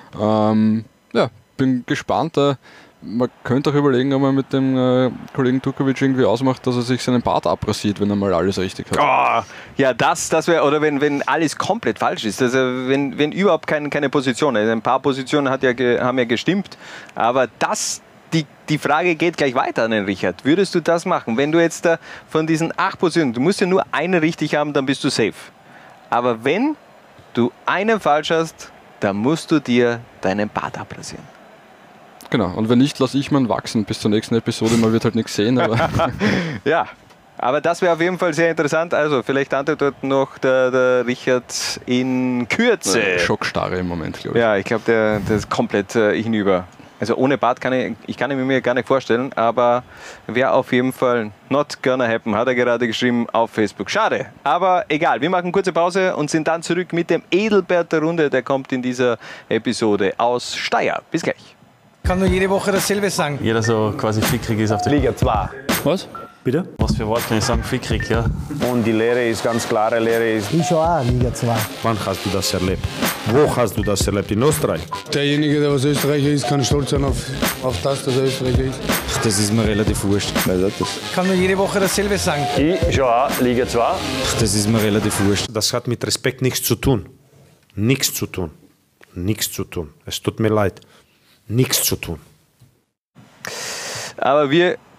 Ähm, ja, bin gespannt. Äh, man könnte auch überlegen, ob man mit dem äh, Kollegen Turkovic irgendwie ausmacht, dass er sich seinen Bart abrasiert, wenn er mal alles richtig hat. Oh, ja, das, das wäre, oder wenn, wenn alles komplett falsch ist, also wenn, wenn überhaupt kein, keine Position, also ein paar Positionen hat ja, haben ja gestimmt, aber das, die, die Frage geht gleich weiter an den Richard. Würdest du das machen, wenn du jetzt da von diesen acht Positionen, du musst ja nur eine richtig haben, dann bist du safe. Aber wenn du einen falsch hast, dann musst du dir deinen Bart abrasieren. Genau, und wenn nicht, lasse ich mal wachsen bis zur nächsten Episode. Man wird halt nichts sehen. Aber ja, aber das wäre auf jeden Fall sehr interessant. Also vielleicht antwortet noch der, der Richard in Kürze. Schockstarre im Moment, glaube ich. Ja, ich glaube, der, der ist komplett äh, hinüber. Also ohne Bart kann ich, ich kann ihn mir gar nicht vorstellen, aber wäre auf jeden Fall not gonna happen, hat er gerade geschrieben auf Facebook. Schade, aber egal. Wir machen eine kurze Pause und sind dann zurück mit dem Edelbert der Runde. Der kommt in dieser Episode aus Steyr. Bis gleich. Kann nur jede Woche dasselbe sagen. Jeder so quasi fickrig ist auf der Liga zwei. Was? Bitte? Was für Wort kann ich sagen? Fickrig, ja. Und die Lehre ist ganz klare Lehre ist. Ich schon auch Liga zwei. Wann hast du das erlebt? Wo hast du das erlebt? In Österreich? Derjenige, der was Österreicher ist, kann stolz sein auf, auf das, dass er Österreicher ist. Ach, das ist mir relativ wurscht. Kann nur jede Woche dasselbe sagen. Ich schon auch, Liga zwei. Ach, das ist mir relativ wurscht. Das hat mit Respekt nichts zu tun. Nichts zu tun. Nichts zu tun. Es tut mir leid. Nichts zu tun. Aber wir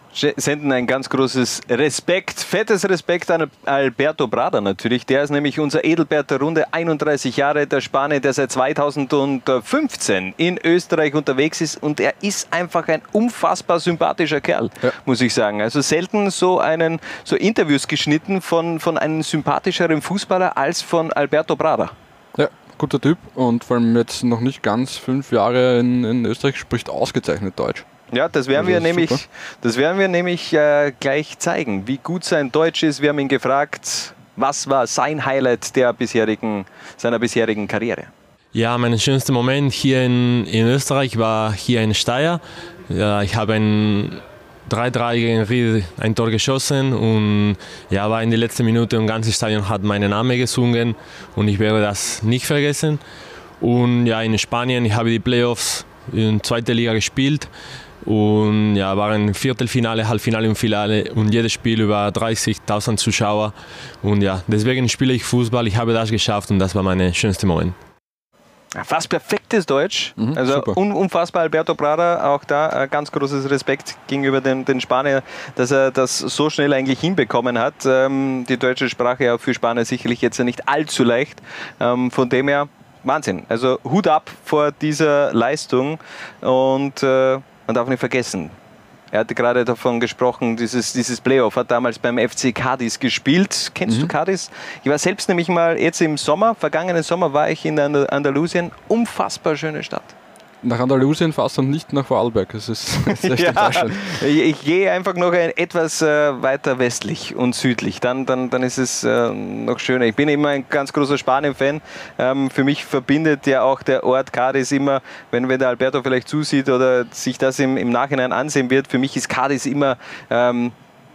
senden ein ganz großes Respekt, fettes Respekt an Alberto Brada natürlich. Der ist nämlich unser Edelbert der Runde, einunddreißig Jahre, der Spanier, der seit zweitausendfünfzehn in Österreich unterwegs ist. Und er ist einfach ein unfassbar sympathischer Kerl, ja. muss ich sagen. Also selten so, einen, so Interviews geschnitten von, von einem sympathischeren Fußballer als von Alberto Brada. Ja, guter Typ und vor allem jetzt noch nicht ganz fünf Jahre in, in Österreich, spricht ausgezeichnet Deutsch. Ja, das werden also wir nämlich, super. das werden wir nämlich äh, gleich zeigen, wie gut sein Deutsch ist. Wir haben ihn gefragt, was war sein Highlight der bisherigen, seiner bisherigen Karriere? Ja, mein schönster Moment hier in, in Österreich war hier in Steyr. Ja, ich habe ein drei drei gegen Ried ein Tor geschossen und ja, war in der letzten Minute und das ganze Stadion hat meinen Namen gesungen und ich werde das nicht vergessen. Und ja, in Spanien, ich habe die Playoffs in der zweiten Liga gespielt. Und ja, waren Viertelfinale, Halbfinale und Finale und jedes Spiel über dreißigtausend Zuschauer. Und ja, deswegen spiele ich Fußball. Ich habe das geschafft und das war mein schönster Moment. Fast perfektes Deutsch. Mhm, also un unfassbar Alberto Brada. Auch da äh, ganz großes Respekt gegenüber den, den Spanier, dass er das so schnell eigentlich hinbekommen hat. Ähm, die deutsche Sprache ja für Spanier sicherlich jetzt nicht allzu leicht. Ähm, von dem her Wahnsinn. Also Hut ab vor dieser Leistung und äh, man darf nicht vergessen, er hatte gerade davon gesprochen, dieses, dieses Playoff hat damals beim F C Cadiz gespielt. Kennst mhm. du Cadiz? Ich war selbst nämlich mal jetzt im Sommer, vergangenen Sommer war ich in Andalusien. Unfassbar schöne Stadt. Nach Andalusien fast und nicht nach Vorarlberg. Das ist, das ist echt enttäuschend. ich, ich gehe einfach noch ein, etwas äh, weiter westlich und südlich. Dann, dann, dann ist es äh, noch schöner. Ich bin immer ein ganz großer Spanien-Fan. Ähm, für mich verbindet ja auch der Ort Cadiz immer, wenn, wenn der Alberto vielleicht zusieht oder sich das im, im Nachhinein ansehen wird, für mich ist Cadiz immer ähm,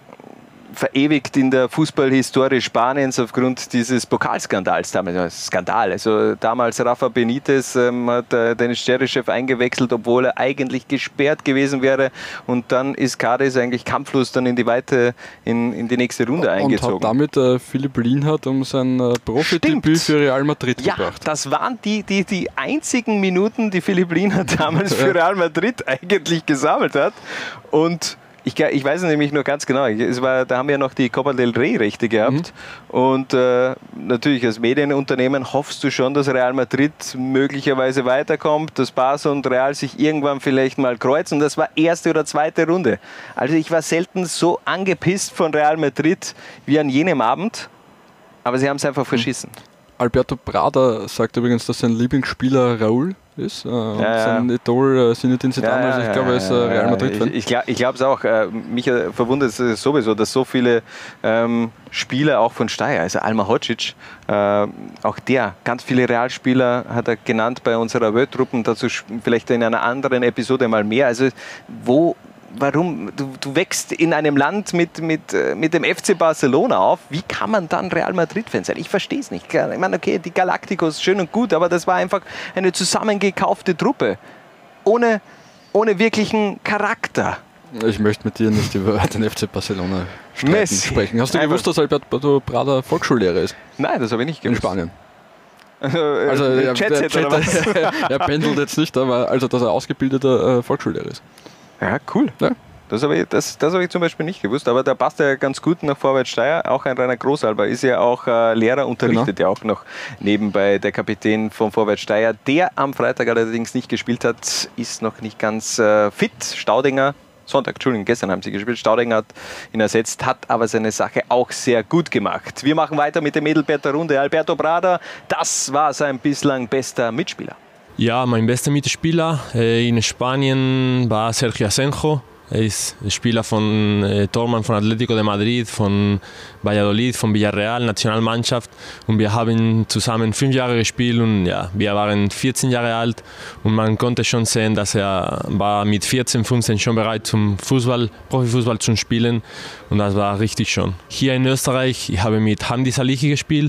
verewigt in der Fußballhistorie Spaniens aufgrund dieses Pokalskandals. Damals Skandal. Also damals Rafa Benitez ähm, hat äh, den Stereo-Chef eingewechselt, obwohl er eigentlich gesperrt gewesen wäre. Und dann ist Cadiz eigentlich kampflos dann in die Weite, in, in die nächste Runde und eingezogen. Und hat damit äh, Philipp Lienhardt um sein äh, Profidebüt für Real Madrid ja, gebracht. Das waren die, die, die einzigen Minuten, die Philipp Lienhardt damals für Real Madrid eigentlich gesammelt hat. Und Ich, ich weiß es nämlich nur ganz genau. Es war, da haben wir noch die Copa del Rey Rechte gehabt. Mhm. Und äh, natürlich als Medienunternehmen hoffst du schon, dass Real Madrid möglicherweise weiterkommt, dass Barca und Real sich irgendwann vielleicht mal kreuzen. Das war erste oder zweite Runde. Also ich war selten so angepisst von Real Madrid wie an jenem Abend. Aber sie haben es einfach verschissen. Alberto Brada sagt übrigens, dass sein Lieblingsspieler Raúl ist. Äh, und ja, ja. Sein Idol äh, Zinedine Zidane, ja, also ich ja, glaube, er ist äh, Real Madrid-Fan. Ich, ich, ich glaube es auch. Äh, mich verwundert es sowieso, dass so viele ähm, Spieler auch von Steyr, also Alma Hodzic, äh, auch der, ganz viele Realspieler hat er genannt bei unserer World-Truppen, dazu vielleicht in einer anderen Episode mal mehr. Also wo Warum? Du, du wächst in einem Land mit, mit, mit dem F C Barcelona auf. Wie kann man dann Real Madrid-Fan sein? Ich verstehe es nicht. Ich meine, okay, die Galacticos, schön und gut, aber das war einfach eine zusammengekaufte Truppe. Ohne, ohne wirklichen Charakter. Ich möchte mit dir nicht über den F C Barcelona sprechen. Hast du einfach gewusst, dass Alberto Brada Volksschullehrer ist? Nein, das habe ich nicht gewusst. In Spanien. Also, also äh, er, Chat er, er, er pendelt jetzt nicht, aber also, dass er ausgebildeter äh, Volksschullehrer ist. Ja, cool. Ja. Das habe ich, das, das hab ich zum Beispiel nicht gewusst, aber der passt ja ganz gut nach Vorwärts Steyr. Auch ein reiner Großalber, ist ja auch äh, Lehrer, unterrichtet genau. ja auch noch nebenbei der Kapitän von Vorwärts Steyr. Der am Freitag allerdings nicht gespielt hat, ist noch nicht ganz äh, fit. Staudinger, Sonntag, Entschuldigung, gestern haben sie gespielt. Staudinger hat ihn ersetzt, hat aber seine Sache auch sehr gut gemacht. Wir machen weiter mit dem Edelbert der Runde. Alberto Brada, das war sein bislang bester Mitspieler. Ja, mein bester Mitspieler äh, in Spanien war Sergio Asenjo. Er ist Spieler von äh, Tormann von Atlético de Madrid, von Valladolid, von Villarreal, Nationalmannschaft. Und wir haben zusammen fünf Jahre gespielt und ja, wir waren vierzehn Jahre alt. Und man konnte schon sehen, dass er war mit vierzehn, fünfzehn schon bereit zum Fußball, Profifußball zu spielen. Und das war richtig schon. Hier in Österreich, ich habe mit Hamdi Salihi gespielt.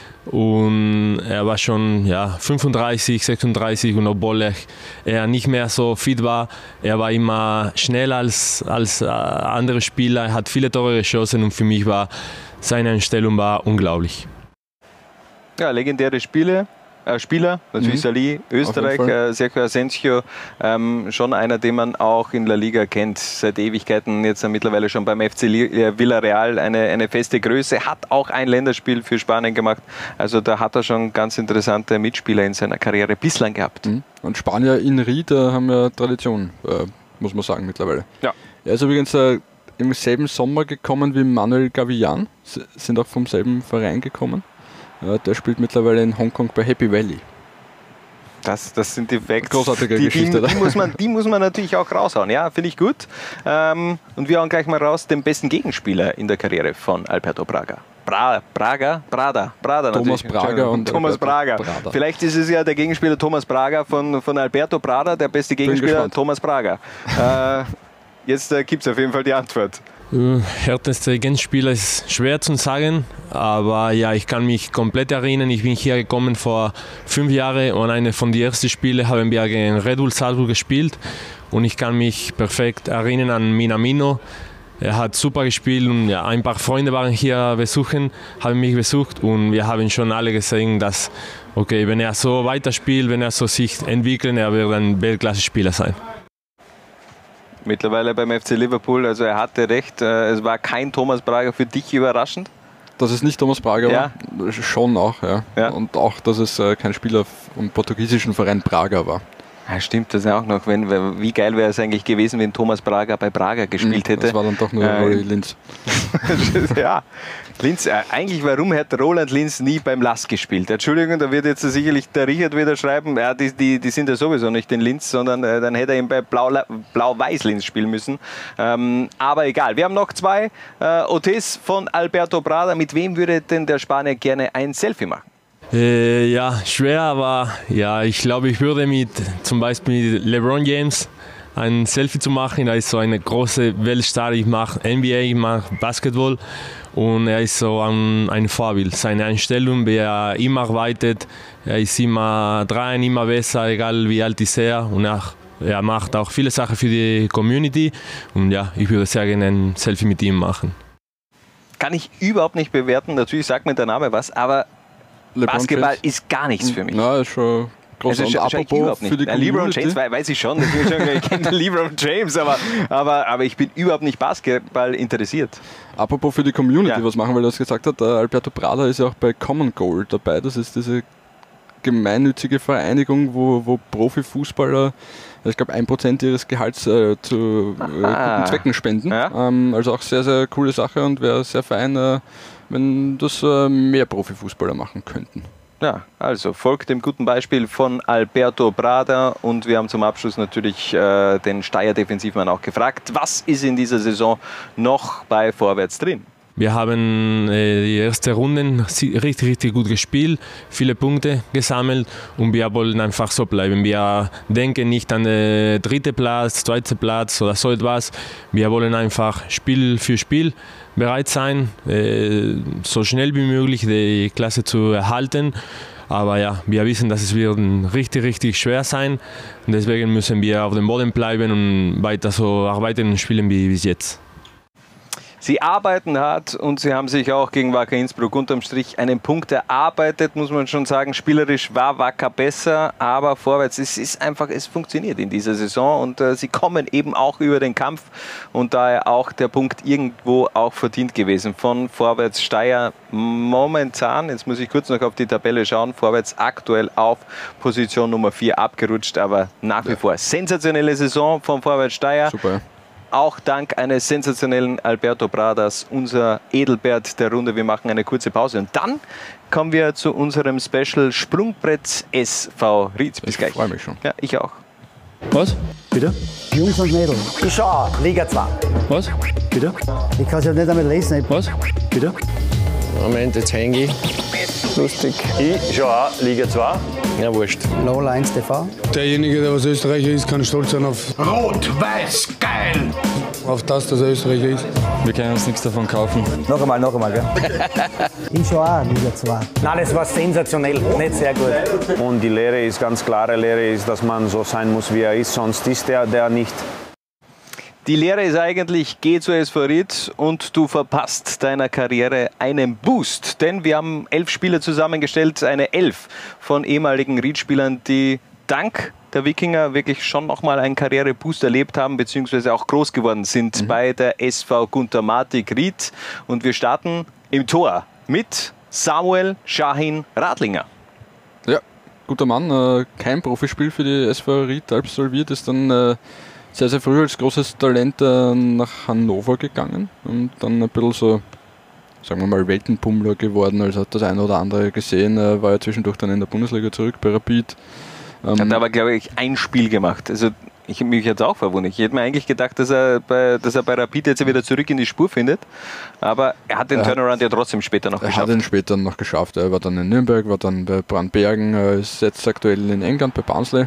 Und er war schon ja, fünfunddreißig, sechsunddreißig und obwohl er nicht mehr so fit war, er war immer schneller als, als andere Spieler, er hat viele Tore geschossen und für mich war seine Einstellung war unglaublich. Ja, legendäre Spiele. äh, Spieler, natürlich Mhm. Salih, Österreich, äh, Sergio Asensio, ähm, schon einer, den man auch in La Liga kennt, seit Ewigkeiten, jetzt äh, mittlerweile schon beim F C Villarreal eine, eine feste Größe, hat auch ein Länderspiel für Spanien gemacht, also da hat er schon ganz interessante Mitspieler in seiner Karriere bislang gehabt. Mhm. Und Spanier in Ried haben ja Tradition, äh, muss man sagen, mittlerweile. Ja. Er ist übrigens äh, im selben Sommer gekommen wie Manuel Gavillan, S sind auch vom selben Verein gekommen. Äh, der spielt mittlerweile in Hongkong bei Happy Valley. Das, das sind die Facts, Großartige die, Geschichte, die, die, muss man, die muss man natürlich auch raushauen. Ja, finde ich gut. Ähm, und wir hauen gleich mal raus den besten Gegenspieler in der Karriere von Alberto Braga. Bra, Braga? Brada. Brada Thomas natürlich. Braga und Thomas Alberto Braga. Brada. Vielleicht ist es ja der Gegenspieler Thomas Braga von, von Alberto Brada, der beste Gegenspieler gespannt. Thomas Braga. äh, jetzt äh, gibt es auf jeden Fall die Antwort. Äh, Härteste Gegenspieler ist schwer zu sagen, aber ja, ich kann mich komplett erinnern. Ich bin hier gekommen vor fünf Jahren und eine von den ersten Spielen haben wir gegen Red Bull Salzburg gespielt und ich kann mich perfekt erinnern an Minamino. Er hat super gespielt und ja, ein paar Freunde waren hier besuchen, haben mich besucht und wir haben schon alle gesehen, dass okay, wenn er so weiterspielt, wenn er so sich entwickelt, er wird ein Weltklasse-Spieler sein. Mittlerweile beim F C Liverpool, also er hatte recht, äh, es war kein Thomas Braga für dich überraschend. Dass es nicht Thomas Braga Ja. war, schon auch, ja. Ja. Und auch, dass es äh, kein Spieler vom portugiesischen Verein Braga war. Ja, stimmt das auch noch. Wenn, wie geil wäre es eigentlich gewesen, wenn Thomas Braga bei Braga gespielt hätte. Das war dann doch nur Äh, Rory Linz. Ja, Linz, äh, eigentlich warum hat Roland Linz nie beim Lask gespielt? Entschuldigung, da wird jetzt sicherlich der Richard wieder schreiben, ja, die, die, die sind ja sowieso nicht in Linz, sondern äh, dann hätte er ihn bei Blau- Blau-Weiß-Linz spielen müssen. Ähm, aber egal, wir haben noch zwei äh, O Ts von Alberto Brada. Mit wem würde denn der Spanier gerne ein Selfie machen? Äh, ja, schwer, aber ja, ich glaube, ich würde mit zum Beispiel mit LeBron James ein Selfie zu machen. Er ist so eine große Weltstar. Ich mache N B A, ich mache Basketball und er ist so ein, ein Vorbild. Seine Einstellung, wie er immer arbeitet, er ist immer dran, immer besser, egal wie alt ist er. Und er, er macht auch viele Sachen für die Community. Und ja, ich würde sehr gerne ein Selfie mit ihm machen. Kann ich überhaupt nicht bewerten. Natürlich sagt mir der Name was, aber LeBron Basketball James. ist gar nichts für mich. Na, ist schon groß. Also, Und scha- schau ich apropos überhaupt nicht. für die Na, LeBron Community, James wei- weiß ich schon, ich, schon, ich kenne LeBron James, aber, aber, aber ich bin überhaupt nicht Basketball interessiert. apropos für die Community, Ja. was machen, weil er das gesagt hat, der Alberto Brada ist ja auch bei Common Goal dabei. Das ist diese gemeinnützige Vereinigung, wo, wo Profifußballer, ich glaube, ein Prozent ihres Gehalts äh, zu äh, Ah. guten Zwecken spenden. Ja. Ähm, also auch sehr, sehr coole Sache und wäre sehr fein, äh, wenn das äh, mehr Profifußballer machen könnten. Ja, also folgt dem guten Beispiel von Alberto Brada und wir haben zum Abschluss natürlich äh, den Steyr-Defensivmann auch gefragt, was ist in dieser Saison noch bei Vorwärts drin? Wir haben äh, die erste Runde si- richtig, richtig gut gespielt, viele Punkte gesammelt und wir wollen einfach so bleiben. Wir denken nicht an den dritten Platz, zweiten Platz oder so etwas. Wir wollen einfach Spiel für Spiel bereit sein, äh, so schnell wie möglich die Klasse zu erhalten. Aber ja, wir wissen, dass es wird richtig, richtig schwer sein. Und deswegen müssen wir auf dem Boden bleiben und weiter so arbeiten und spielen wie bis jetzt. Sie arbeiten hart und sie haben sich auch gegen Wacker Innsbruck unterm Strich einen Punkt erarbeitet, muss man schon sagen. Spielerisch war Wacker besser, aber vorwärts, es ist einfach, es funktioniert in dieser Saison und äh, sie kommen eben auch über den Kampf und daher auch der Punkt irgendwo auch verdient gewesen von Vorwärts Steyr. Momentan, jetzt muss ich kurz noch auf die Tabelle schauen, Vorwärts aktuell auf Position Nummer vier abgerutscht, aber nach wie vor sensationelle Saison von Vorwärts Steyr. Super. Auch dank eines sensationellen Alberto Bradas, unser Edelbert der Runde. Wir machen eine kurze Pause und dann kommen wir zu unserem Special Sprungbrett S V Ried. Bis Ich gleich. freue mich schon. Ja, ich auch. Was? Bitte? Jungs und Mädels. Ich schaue Liga zwei. Was? Bitte? Ich kann es ja nicht einmal lesen. Was? Bitte? Moment, jetzt hänge ich. Lustig. Ich schaue auch Liga zwei. Ja, wurscht. Low eins T V. Derjenige, der was Österreicher ist, kann stolz sein auf, Rot-Weiß, geil! auf das, dass er Österreicher ist. Wir können uns nichts davon kaufen. Noch einmal, noch einmal, gell? Ich schaue auch Liga zwei. Nein, das war sensationell, nicht sehr gut. Und die Lehre ist ganz klare Lehre, ist, dass man so sein muss, wie er ist, sonst ist er der nicht. Die Lehre ist eigentlich, geh zu S V Ried und du verpasst deiner Karriere einen Boost. Denn wir haben elf Spieler zusammengestellt, eine Elf von ehemaligen Ried-Spielern, die dank der Wikinger wirklich schon nochmal einen Karriereboost erlebt haben, beziehungsweise auch groß geworden sind mhm. bei der S V Gunter Martig Ried. Und wir starten im Tor mit Samuel Shahin Radlinger. Ja, guter Mann. Äh, kein Profispiel für die S V Ried absolviert, ist dann äh, sehr, sehr früh als großes Talent äh, nach Hannover gegangen und dann ein bisschen so, sagen wir mal, Weltenpummler geworden. Also hat das eine oder andere gesehen, äh, war ja zwischendurch dann in der Bundesliga zurück bei Rapid. Ähm, hat aber, glaube ich, ein Spiel gemacht. Also ich mich jetzt auch verwundert. Ich hätte mir eigentlich gedacht, dass er bei, dass er bei Rapid jetzt wieder zurück in die Spur findet. Aber er hat den er Turnaround hat, ja trotzdem später noch er geschafft. Er hat ihn später noch geschafft. Er war dann in Nürnberg, war dann bei Brandbergen, ist jetzt aktuell in England bei Barnsley.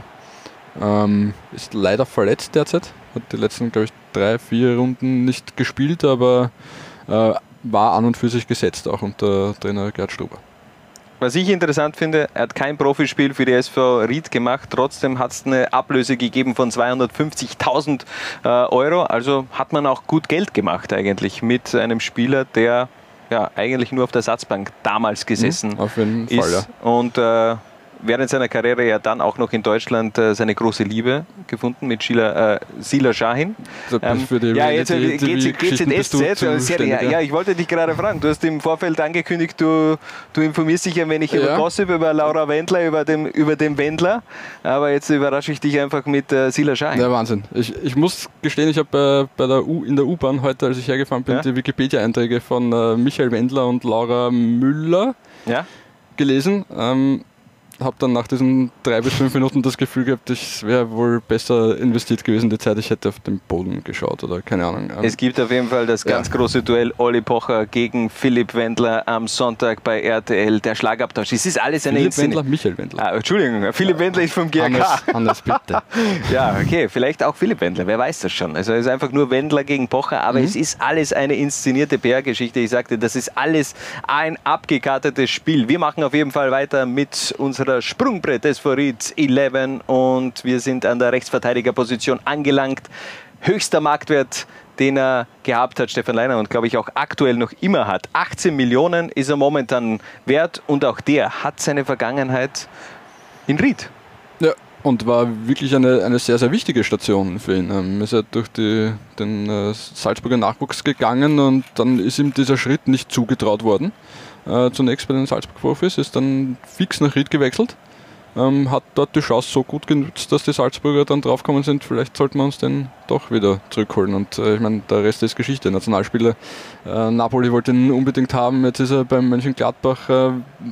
Ähm, ist leider verletzt derzeit. Hat die letzten, glaube ich, drei, vier Runden nicht gespielt, aber äh, war an und für sich gesetzt, auch unter Trainer Gerd Struber. Was ich interessant finde, er hat kein Profispiel für die S V Ried gemacht, trotzdem hat es eine Ablöse gegeben von zweihundertfünfzigtausend äh, Euro, also hat man auch gut Geld gemacht eigentlich mit einem Spieler, der ja eigentlich nur auf der Ersatzbank damals gesessen mhm, auf jeden ist Fall, ja. und äh, während seiner Karriere ja dann auch noch in Deutschland äh, seine große Liebe gefunden mit Sheila, äh, Sila Shahin. Ähm, für die ja, jetzt G Z S Z. Ja, ja, ich wollte dich gerade fragen. Du hast im Vorfeld angekündigt, du, du informierst dich ein wenig ja. über Gossip, über Laura Wendler, über den, über den Wendler. Aber jetzt überrasche ich dich einfach mit äh, Sila Shahin. Ja, Wahnsinn. Ich, ich muss gestehen, ich habe äh, bei der U, in der U-Bahn heute, als ich hergefahren bin, ja? die Wikipedia-Einträge von äh, Michael Wendler und Laura Müller ja? gelesen. Ähm, habe dann nach diesen drei bis fünf Minuten das Gefühl gehabt, es wäre wohl besser investiert gewesen, die Zeit, ich hätte auf den Boden geschaut oder keine Ahnung. Es gibt auf jeden Fall das ganz ja. große Duell Olli Pocher gegen Philipp Wendler am Sonntag bei R T L, der Schlagabtausch. Es ist alles eine Philipp Wendler, Michael Wendler. Ah, Entschuldigung, Philipp ja. Wendler ist vom G A K. Anders, anders bitte. Ja, okay, vielleicht auch Philipp Wendler, wer weiß das schon. Also es ist einfach nur Wendler gegen Pocher, aber mhm. es ist alles eine inszenierte P R-Geschichte. Ich sagte, das ist alles ein abgekartetes Spiel. Wir machen auf jeden Fall weiter mit unserer Sprungbrett S V Ried elf und wir sind an der Rechtsverteidigerposition angelangt. Höchster Marktwert, den er gehabt hat, Stefan Leiner, und glaube ich auch aktuell noch immer hat. achtzehn Millionen ist er momentan wert und auch der hat seine Vergangenheit in Ried. Ja, und war wirklich eine, eine sehr, sehr wichtige Station für ihn. Er ist ja durch die, den äh, Salzburger Nachwuchs gegangen und dann ist ihm dieser Schritt nicht zugetraut worden. Äh, zunächst bei den Salzburg-Profis, ist dann fix nach Ried gewechselt. Ähm, hat dort die Chance so gut genutzt, dass die Salzburger dann draufgekommen sind, vielleicht sollten wir uns den doch wieder zurückholen. Und äh, ich meine, der Rest ist Geschichte. Nationalspieler, äh, Napoli wollte ihn unbedingt haben, jetzt ist er beim Mönchengladbach äh,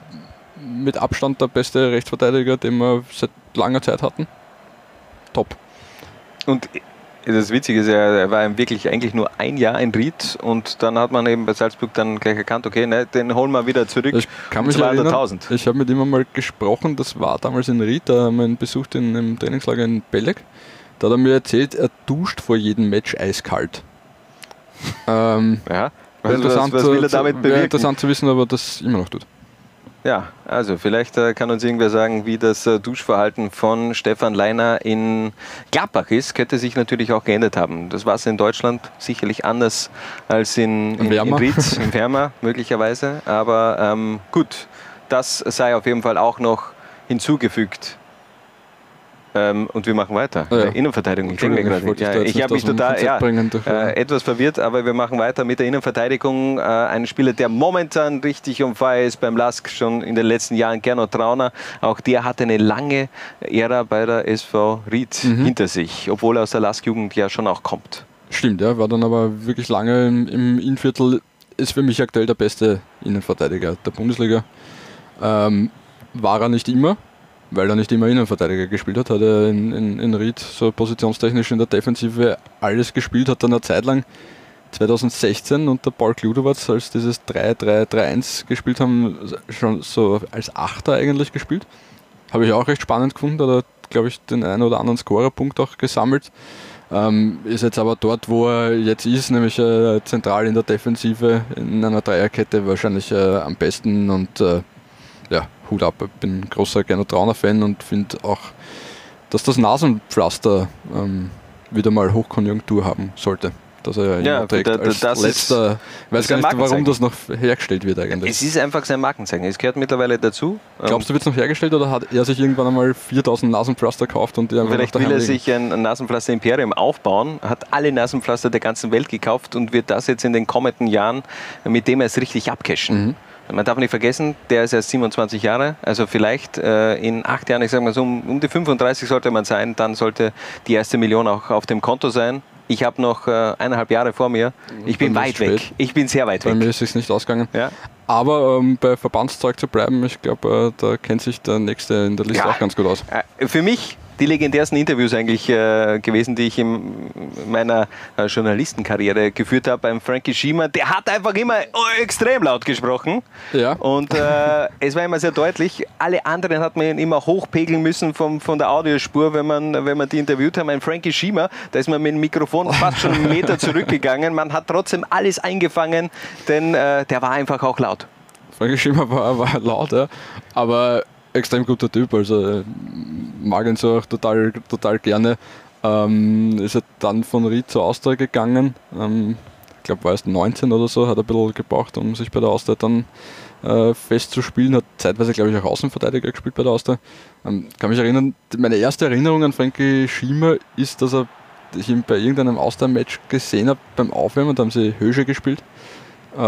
mit Abstand der beste Rechtsverteidiger, den wir seit langer Zeit hatten. Top. Und das Witzige ist ja, er war wirklich eigentlich nur ein Jahr in Ried und dann hat man eben bei Salzburg dann gleich erkannt, okay, ne, den holen wir wieder zurück. Ich kann mich erinnern, ich habe mit ihm einmal gesprochen, das war damals in Ried, da haben wir ihn besucht in, im Trainingslager in Belleg. Da hat er mir erzählt, er duscht vor jedem Match eiskalt. ähm, ja, was, interessant, was, was will er damit bewirken? Wäre interessant zu wissen, ob er das immer noch tut. Ja, also vielleicht äh, kann uns irgendwer sagen, wie das äh, Duschverhalten von Stefan Leiner in Gladbach ist. Könnte sich natürlich auch geändert haben. Das war es in Deutschland sicherlich anders als in, in, in Ried, in Wärmer möglicherweise. Aber ähm, gut, das sei auf jeden Fall auch noch hinzugefügt. Ähm, und wir machen weiter. Oh ja. Innenverteidigung. Ich denke mir gerade, ja, ich habe mich total ja, durch, äh, etwas verwirrt, aber wir machen weiter mit der Innenverteidigung. Äh, ein Spieler, der momentan richtig on fire ist beim Lask, schon in den letzten Jahren, Gernot Trauner. Auch der hatte eine lange Ära bei der S V Ried mhm. hinter sich, obwohl er aus der Lask-Jugend ja schon auch kommt. Stimmt, ja, war dann aber wirklich lange im, im Innviertel. Ist für mich aktuell der beste Innenverteidiger der Bundesliga. Ähm, war er nicht immer. Weil er nicht immer Innenverteidiger gespielt hat, hat er in, in, in Ried so positionstechnisch in der Defensive alles gespielt, hat dann eine Zeit lang zwanzig sechzehn unter Paul Kludovac, als dieses drei drei drei eins gespielt haben, schon so als Achter eigentlich gespielt. Habe ich auch recht spannend gefunden, hat er, glaube ich, den einen oder anderen Scorerpunkt auch gesammelt. Ähm, ist jetzt aber dort, wo er jetzt ist, nämlich äh, zentral in der Defensive, in einer Dreierkette wahrscheinlich äh, am besten und äh, ja, Hut ab, ich bin ein großer Gernot Trauner-Fan und finde auch, dass das Nasenpflaster ähm, wieder mal Hochkonjunktur haben sollte. Dass er ja, ja immer trägt da, als das letzter. Ich weiß gar nicht, warum das noch hergestellt wird eigentlich. Es ist einfach sein Markenzeichen. Es gehört mittlerweile dazu. Glaubst du, wird es noch hergestellt oder hat er sich irgendwann einmal viertausend Nasenpflaster gekauft und die einfach Vielleicht will er liegen? sich ein Nasenpflaster-Imperium aufbauen, hat alle Nasenpflaster der ganzen Welt gekauft und wird das jetzt in den kommenden Jahren, mit dem er es richtig abcashen. Mhm. Man darf nicht vergessen, der ist erst siebenundzwanzig Jahre, also vielleicht äh, in acht Jahren, ich sage mal so, um, um die fünfunddreißig sollte man sein, dann sollte die erste Million auch auf dem Konto sein. Ich habe noch äh, eineinhalb Jahre vor mir. Ich bin weit weg. Ich bin sehr weit weg. Bei mir ist es nicht ausgegangen. Ja. Aber um bei Verbandszeug zu bleiben, ich glaube, äh, da kennt sich der Nächste in der Liste ja. auch ganz gut aus. Äh, für mich die legendärsten Interviews eigentlich äh, gewesen, die ich in meiner äh, Journalistenkarriere geführt habe beim Frankie Schiemer. Der hat einfach immer extrem laut gesprochen. Ja. Und äh, es war immer sehr deutlich. Alle anderen hat man immer hochpegeln müssen vom, von der Audiospur, wenn man, wenn man die interviewt haben. Ein Frankie Schiemer, da ist man mit dem Mikrofon fast schon einen Meter zurückgegangen. Man hat trotzdem alles eingefangen, denn äh, der war einfach auch laut. Frankie Schiemer war, war laut, ja. Aber extrem guter Typ, also mag ihn so auch total, total gerne. Ähm, ist er dann von Ried zur Austria gegangen. Ähm, ich glaube, war erst neunzehn oder so, hat ein bisschen gebraucht, um sich bei der Austria dann äh, festzuspielen. Hat zeitweise, glaube ich, auch Außenverteidiger gespielt bei der Austria. Ähm, kann mich erinnern, meine erste Erinnerung an Frankie Schiemer ist, dass er, ich ihn bei irgendeinem Austria-Match gesehen habe beim Aufwärmen, da haben sie Hösche gespielt. Äh,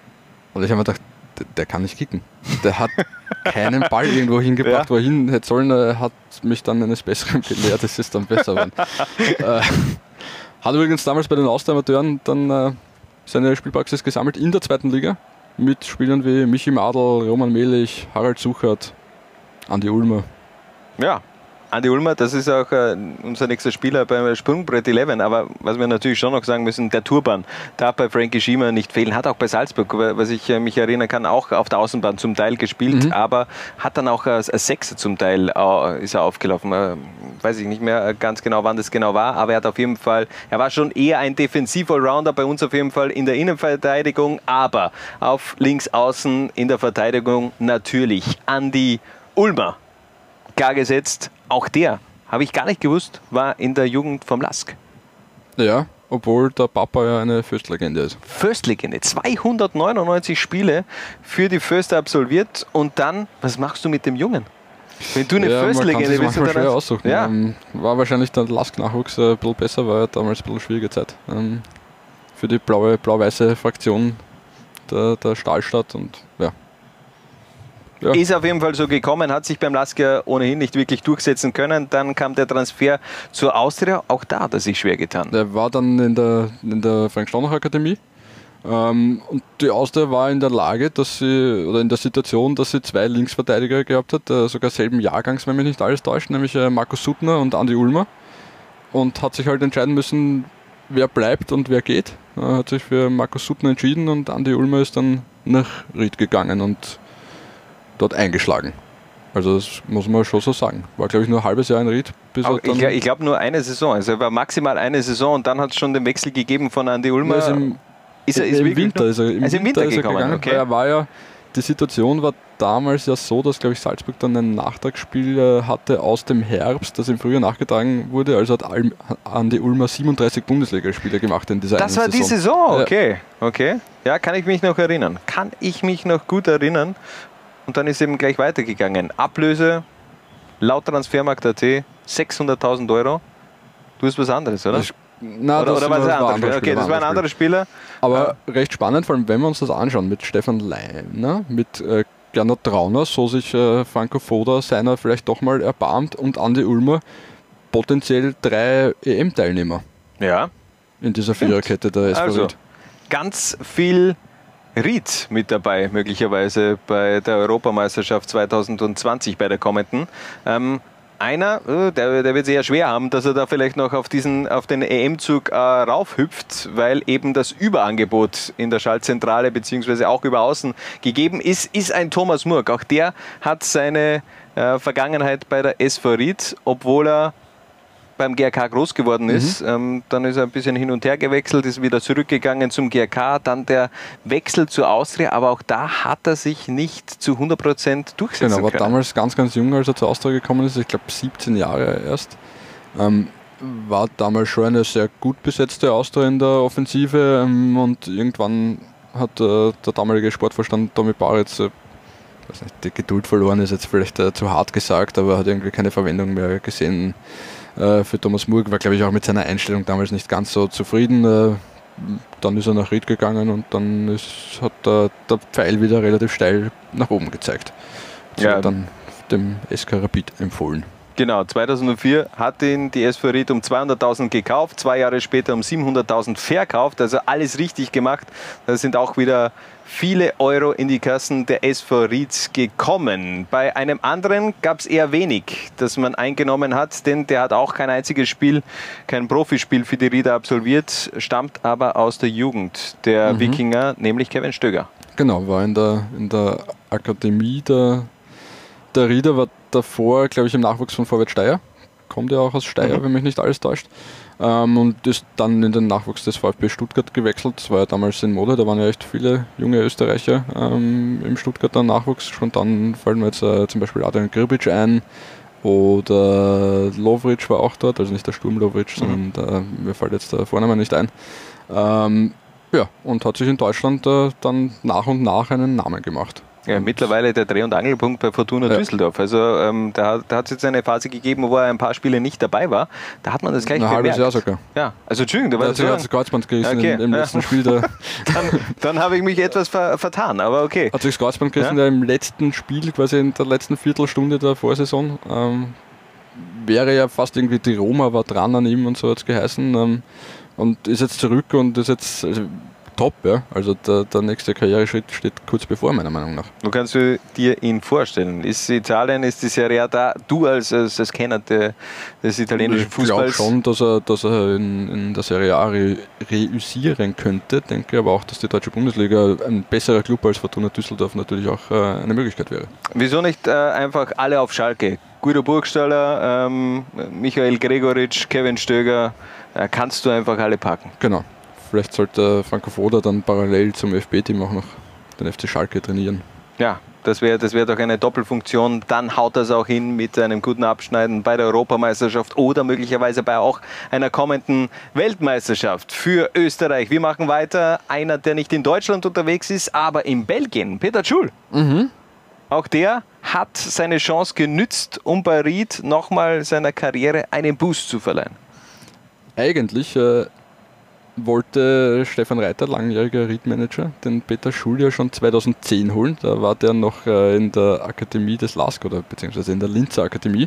und ich habe mir gedacht, der, der kann nicht kicken. Der hat keinen Ball irgendwo hingebracht, ja. wohin hätte sollen. Er hat mich dann eines Besseren belehrt, es ist dann besser geworden. äh, hat übrigens damals bei den Austria-Amateuren dann äh, seine Spielpraxis gesammelt in der zweiten Liga mit Spielern wie Michi Madl, Roman Melich, Harald Suchert, Andi Ulmer. Ja, Andi Ulmer, das ist auch äh, unser nächster Spieler beim Sprungbrett elf, aber was wir natürlich schon noch sagen müssen, der Turban darf bei Frankie Schiemer nicht fehlen, hat auch bei Salzburg, was ich äh, mich erinnern kann, auch auf der Außenbahn zum Teil gespielt, mhm. aber hat dann auch als, als Sechser zum Teil äh, ist er aufgelaufen, äh, weiß ich nicht mehr ganz genau, wann das genau war, aber er hat auf jeden Fall, er war schon eher ein Defensiv-Allrounder, bei uns auf jeden Fall in der Innenverteidigung, aber auf links außen in der Verteidigung natürlich Andi Ulmer. Klar gesetzt, auch der, habe ich gar nicht gewusst, war in der Jugend vom Lask. Ja, obwohl der Papa ja eine Föst-Legende ist. Föst-Legende, zweihundertneunundneunzig Spiele für die Föster absolviert und dann, was machst du mit dem Jungen? Wenn du eine ja, Föst-Legende bist, man kann schwer aussuchen. Ja. Ähm, war wahrscheinlich der Lask-Nachwuchs ein bisschen besser, war ja damals ein bisschen schwierige Zeit. Ähm, für die blaue, blau-weiße Fraktion der, der Stahlstadt und ja. Ja. Ist auf jeden Fall so gekommen, hat sich beim Lask ja ohnehin nicht wirklich durchsetzen können. Dann kam der Transfer zur Austria, auch da hat er sich schwer getan. Der war dann in der, in der Frank-Staunacher-Akademie ähm, und die Austria war in der Lage, dass sie, oder in der Situation, dass sie zwei Linksverteidiger gehabt hat, äh, sogar selben Jahrgangs, wenn mich nicht alles täuscht, nämlich äh, Markus Suttner und Andi Ulmer, und hat sich halt entscheiden müssen, wer bleibt und wer geht. Er hat sich für Markus Suttner entschieden und Andi Ulmer ist dann nach Ried gegangen und dort eingeschlagen. Also das muss man schon so sagen. War, glaube ich, nur ein halbes Jahr in Ried. Bis Auch, er dann ich ich glaube nur eine Saison. Also er war maximal eine Saison und dann hat es schon den Wechsel gegeben von Andi Ulmer. Ja, im, ist er, ist im Winter ist er, im also im Winter, Winter ist er gekommen. gegangen. Okay. Er war ja, die Situation war damals ja so, dass, glaube ich, Salzburg dann ein Nachtragsspiel hatte aus dem Herbst, das im Frühjahr nachgetragen wurde. Also hat Andi Ulmer siebenunddreißig Bundesligaspiele gemacht in dieser Das war Saison. die Saison, okay. okay. Ja, kann ich mich noch erinnern. Kann ich mich noch gut erinnern. Und dann ist eben gleich weitergegangen. Ablöse, laut Transfermarkt punkt at, sechshunderttausend Euro. Du hast was anderes, oder? Das, na, oder, das oder war das ein anderer Spieler? Okay, Spieler, das war ein anderer Spieler. Aber ja. recht spannend, vor allem wenn wir uns das anschauen, mit Stefan Leiner, mit äh, Gernot Trauner, so sich äh, Franco Foda seiner vielleicht doch mal erbarmt, und Andi Ulmer, potenziell drei E M-Teilnehmer. Ja. In dieser Viererkette der S V Also, Ried. ganz viel Ried mit dabei, möglicherweise bei der Europameisterschaft zweitausendzwanzig, bei der kommenden. Ähm, einer, der, der wird es eher schwer haben, dass er da vielleicht noch auf, diesen, auf den E M-Zug äh, raufhüpft, weil eben das Überangebot in der Schaltzentrale beziehungsweise auch über Außen gegeben ist, ist ein Thomas Murk. Auch der hat seine äh, Vergangenheit bei der S V Ried, obwohl er beim G R K groß geworden ist. Mhm. Ähm, dann ist er ein bisschen hin und her gewechselt, ist wieder zurückgegangen zum G R K, dann der Wechsel zur Austria, aber auch da hat er sich nicht zu hundert Prozent durchsetzen genau, können. Genau, war damals ganz, ganz jung, als er zur Austria gekommen ist, ich glaube siebzehn Jahre erst. Ähm, war damals schon eine sehr gut besetzte Austria in der Offensive ähm, und irgendwann hat äh, der damalige Sportvorstand Tomi Baritz, äh, weiß nicht, die Geduld verloren ist jetzt vielleicht äh, zu hart gesagt, aber hat irgendwie keine Verwendung mehr gesehen äh, für Thomas Murg, war glaube ich auch mit seiner Einstellung damals nicht ganz so zufrieden. Äh, dann ist er nach Ried gegangen und dann ist, hat der, der Pfeil wieder relativ steil nach oben gezeigt. So Ja. dann dem S K Rapid empfohlen. Genau, zweitausendvier hat ihn die S V Ried um zweihunderttausend gekauft, zwei Jahre später um siebenhunderttausend verkauft, also alles richtig gemacht. Da sind auch wieder viele Euro in die Kassen der S V Ried gekommen. Bei einem anderen gab es eher wenig, das man eingenommen hat, denn der hat auch kein einziges Spiel, kein Profispiel für die Rieder absolviert, stammt aber aus der Jugend der Mhm. Wikinger, nämlich Kevin Stöger. Genau, war in der, in der Akademie der, der Rieder, war davor, glaube ich, im Nachwuchs von Vorwärts Steyr. Kommt ja auch aus Steyr, Mhm. wenn mich nicht alles täuscht. Ähm, und ist dann in den Nachwuchs des VfB Stuttgart gewechselt. Das war ja damals in Mode, da waren ja echt viele junge Österreicher ähm, im Stuttgarter Nachwuchs. Schon dann fallen mir jetzt äh, zum Beispiel Adrian Grbic ein oder Lovric war auch dort, also nicht der Sturm Lovric, Mhm. sondern der, mir fällt jetzt der Vorname nicht ein. Ähm, ja, und hat sich in Deutschland äh, dann nach und nach einen Namen gemacht. Ja, mittlerweile der Dreh- und Angelpunkt bei Fortuna Ja. Düsseldorf. Also ähm, da, da hat es jetzt eine Phase gegeben, wo er ein paar Spiele nicht dabei war. Da hat man das gleich Ein halbes gemerkt. Jahr sogar. Ja, also Entschuldigung, da war Er hat das sich so das Kreuzband gerissen Okay, im, im ja. letzten Spiel. Der, dann dann habe ich mich etwas ver vertan, aber okay. hat sich das Kreuzband gerissen Ja. ja. im letzten Spiel, quasi in der letzten Viertelstunde der Vorsaison. Ähm, wäre ja fast irgendwie die Roma war dran an ihm und so hat es geheißen. Ähm, und ist jetzt zurück und ist jetzt also, top. Ja? Also der, der nächste Karriereschritt steht kurz bevor, meiner Meinung nach. Du kannst du dir ihn vorstellen. Ist Italien, ist die Serie A da? Du als, als, als Kenner de, des italienischen Ich glaube Fußballs? schon, dass er, dass er in, in der Serie A re reüssieren könnte. Denke aber auch, dass die deutsche Bundesliga ein besserer Club als Fortuna Düsseldorf natürlich auch äh, eine Möglichkeit wäre. Wieso nicht äh, einfach alle auf Schalke? Guido Burgstaller, ähm, Michael Gregoritsch, Kevin Stöger, äh, kannst du einfach alle packen. Genau. Vielleicht sollte Franco Foda dann parallel zum F B-Team auch noch den F C Schalke trainieren. Ja, das wäre das wär doch eine Doppelfunktion. Dann haut das auch hin mit einem guten Abschneiden bei der Europameisterschaft oder möglicherweise bei auch einer kommenden Weltmeisterschaft für Österreich. Wir machen weiter. Einer, der nicht in Deutschland unterwegs ist, aber in Belgien. Peter Schul. Mhm. Auch der hat seine Chance genützt, um bei Ried nochmal seiner Karriere einen Boost zu verleihen. Eigentlich äh, wollte Stefan Reiter, langjähriger Ried-Manager, den Peter Schul ja schon zweitausendzehn holen. Da war der noch äh, in der Akademie des LASK oder beziehungsweise in der Linzer Akademie.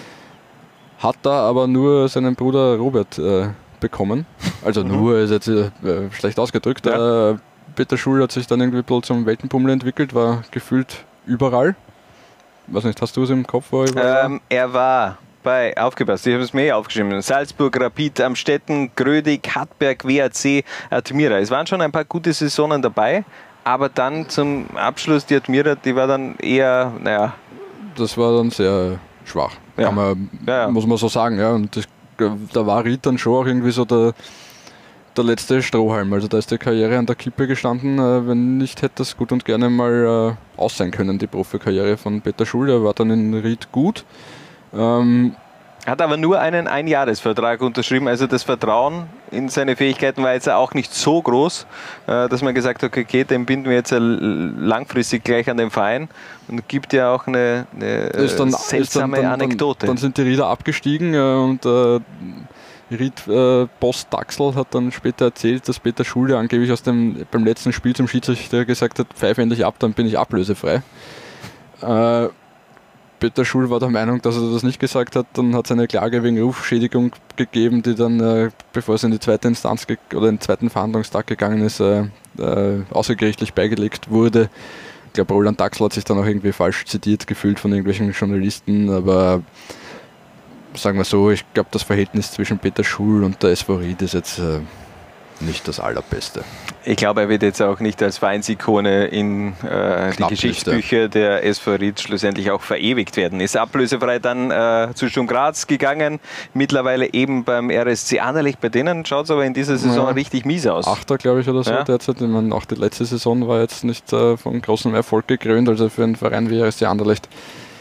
Hat da aber nur seinen Bruder Robert äh, bekommen. Also nur ist jetzt äh, schlecht ausgedrückt. Ja. Äh, Peter Schul hat sich dann irgendwie ein bisschen zum Weltenbummel entwickelt, war gefühlt überall. Weiß nicht, hast du es im Kopf? Wo er war? Ähm, er war bei, aufgepasst, ich habe es mir eh aufgeschrieben, Salzburg, Rapid, Amstetten, Grödig, Hartberg, W A C, Admira. Es waren schon ein paar gute Saisonen dabei, aber dann zum Abschluss die Admira, die war dann eher, naja. Das war dann sehr schwach, Ja. kann man, Ja, ja. muss man so sagen. Ja. Und das, da war Ried dann schon auch irgendwie so der, der letzte Strohhalm. Also da ist die Karriere an der Kippe gestanden. Äh, wenn nicht, hätte das gut und gerne mal äh, aus sein können, die Profikarriere von Peter Schul. Er war dann in Ried gut. Ähm, Hat aber nur einen Einjahresvertrag unterschrieben, also das Vertrauen in seine Fähigkeiten war jetzt auch nicht so groß, äh, dass man gesagt hat, okay, den binden wir jetzt äh, langfristig gleich an den Verein und gibt ja auch eine, eine ist dann, seltsame ist dann, dann, Anekdote. Dann, dann sind die Rieder abgestiegen äh, und äh, Ried-Boss äh, Daxel hat dann später erzählt, dass Peter Schul ja angeblich aus dem, beim letzten Spiel zum Schiedsrichter gesagt hat, pfeif endlich ab, dann bin ich ablösefrei. Äh, Peter Schul war der Meinung, dass er das nicht gesagt hat, dann hat es eine Klage wegen Rufschädigung gegeben, die dann, äh, bevor es in die zweite Instanz oder in den zweiten Verhandlungstag gegangen ist, äh, äh, außergerichtlich beigelegt wurde. Ich glaube, Roland Daxel hat sich dann auch irgendwie falsch zitiert gefühlt von irgendwelchen Journalisten, aber sagen wir so, ich glaube, das Verhältnis zwischen Peter Schul und der S V Ried ist jetzt äh, nicht das allerbeste. Ich glaube, er wird jetzt auch nicht als Vereinsikone in äh, die Geschichtsbücher der S V Ried schlussendlich auch verewigt werden. Ist ablösefrei dann äh, zu Sturm Graz gegangen, mittlerweile eben beim R S C Anderlecht. Bei denen schaut es aber in dieser Saison Ja. richtig mies aus. Achter, glaube ich, oder so Ja. derzeit. Ich meine, auch die letzte Saison war jetzt nicht äh, von großem Erfolg gekrönt, also für einen Verein wie R S C Anderlecht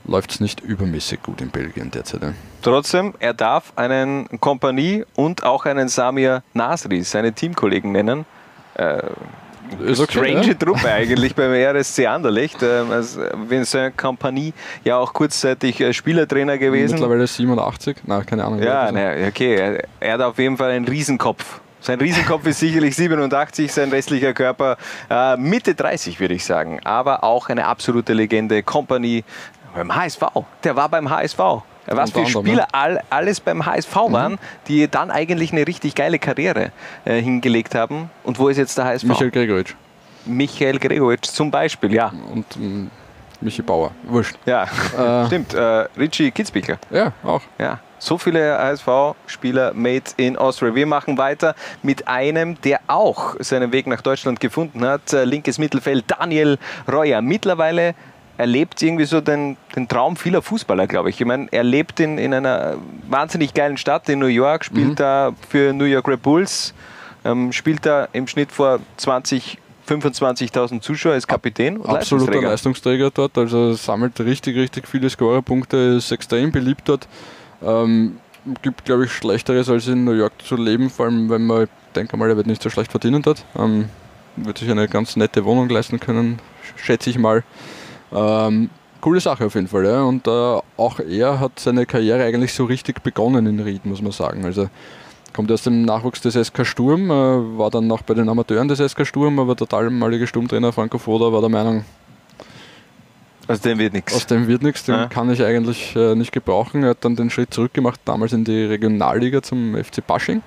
läuft es nicht übermäßig gut in Belgien derzeit. Ja. Trotzdem, er darf einen Kompanie und auch einen Samir Nasri, seine Teamkollegen nennen. Äh, Ist okay, strange ja. Truppe eigentlich beim R S C Anderlecht. Ähm, als Vincent Kompanie ja auch kurzzeitig äh, Spielertrainer gewesen. Mittlerweile siebenundachtzig, na keine Ahnung. Ja, na, okay, er, er hat auf jeden Fall einen Riesenkopf. Sein Riesenkopf ist sicherlich siebenundachtzig, sein restlicher Körper äh, Mitte dreißig, würde ich sagen. Aber auch eine absolute Legende. Kompanie beim H S V. Der war beim H S V. Was für Spieler all, alles beim H S V waren, mhm. die dann eigentlich eine richtig geile Karriere äh, hingelegt haben. Und wo ist jetzt der H S V? Michael Gregoritsch. Michael Gregoritsch zum Beispiel, ja. Und ähm, Michi Bauer, wurscht. Ja, äh, stimmt. Äh, Richie Kitzbichler. Ja, auch. Ja, so viele H S V-Spieler made in Austria. Wir machen weiter mit einem, der auch seinen Weg nach Deutschland gefunden hat. Äh, linkes Mittelfeld, Daniel Reuer. Mittlerweile er lebt irgendwie so den, den Traum vieler Fußballer, glaube ich. Ich meine, er lebt in, in einer wahnsinnig geilen Stadt in New York, spielt mhm. da für New York Red Bulls, ähm, spielt da im Schnitt vor zwanzig, fünfundzwanzigtausend Zuschauer, ist Kapitän und absoluter Leistungsträger. Leistungsträger dort, also sammelt richtig, richtig viele Scorerpunkte, ist extrem beliebt dort. Ähm, gibt, glaube ich, Schlechteres als in New York zu leben, vor allem, wenn man, ich denke mal, er wird nicht so schlecht verdienen dort. Ähm, wird sich eine ganz nette Wohnung leisten können, schätze ich mal. Ähm, coole Sache auf jeden Fall, ja. Und äh, auch er hat seine Karriere eigentlich so richtig begonnen in Ried, muss man sagen. Also kommt aus dem Nachwuchs des S K Sturm, äh, war dann noch bei den Amateuren des S K Sturm, aber der damalige Sturmtrainer Franco Foda war der Meinung, aus dem wird nichts. Aus dem wird nichts, den ja. kann ich eigentlich äh, nicht gebrauchen. Er hat dann den Schritt zurück gemacht, damals in die Regionalliga zum F C Pasching.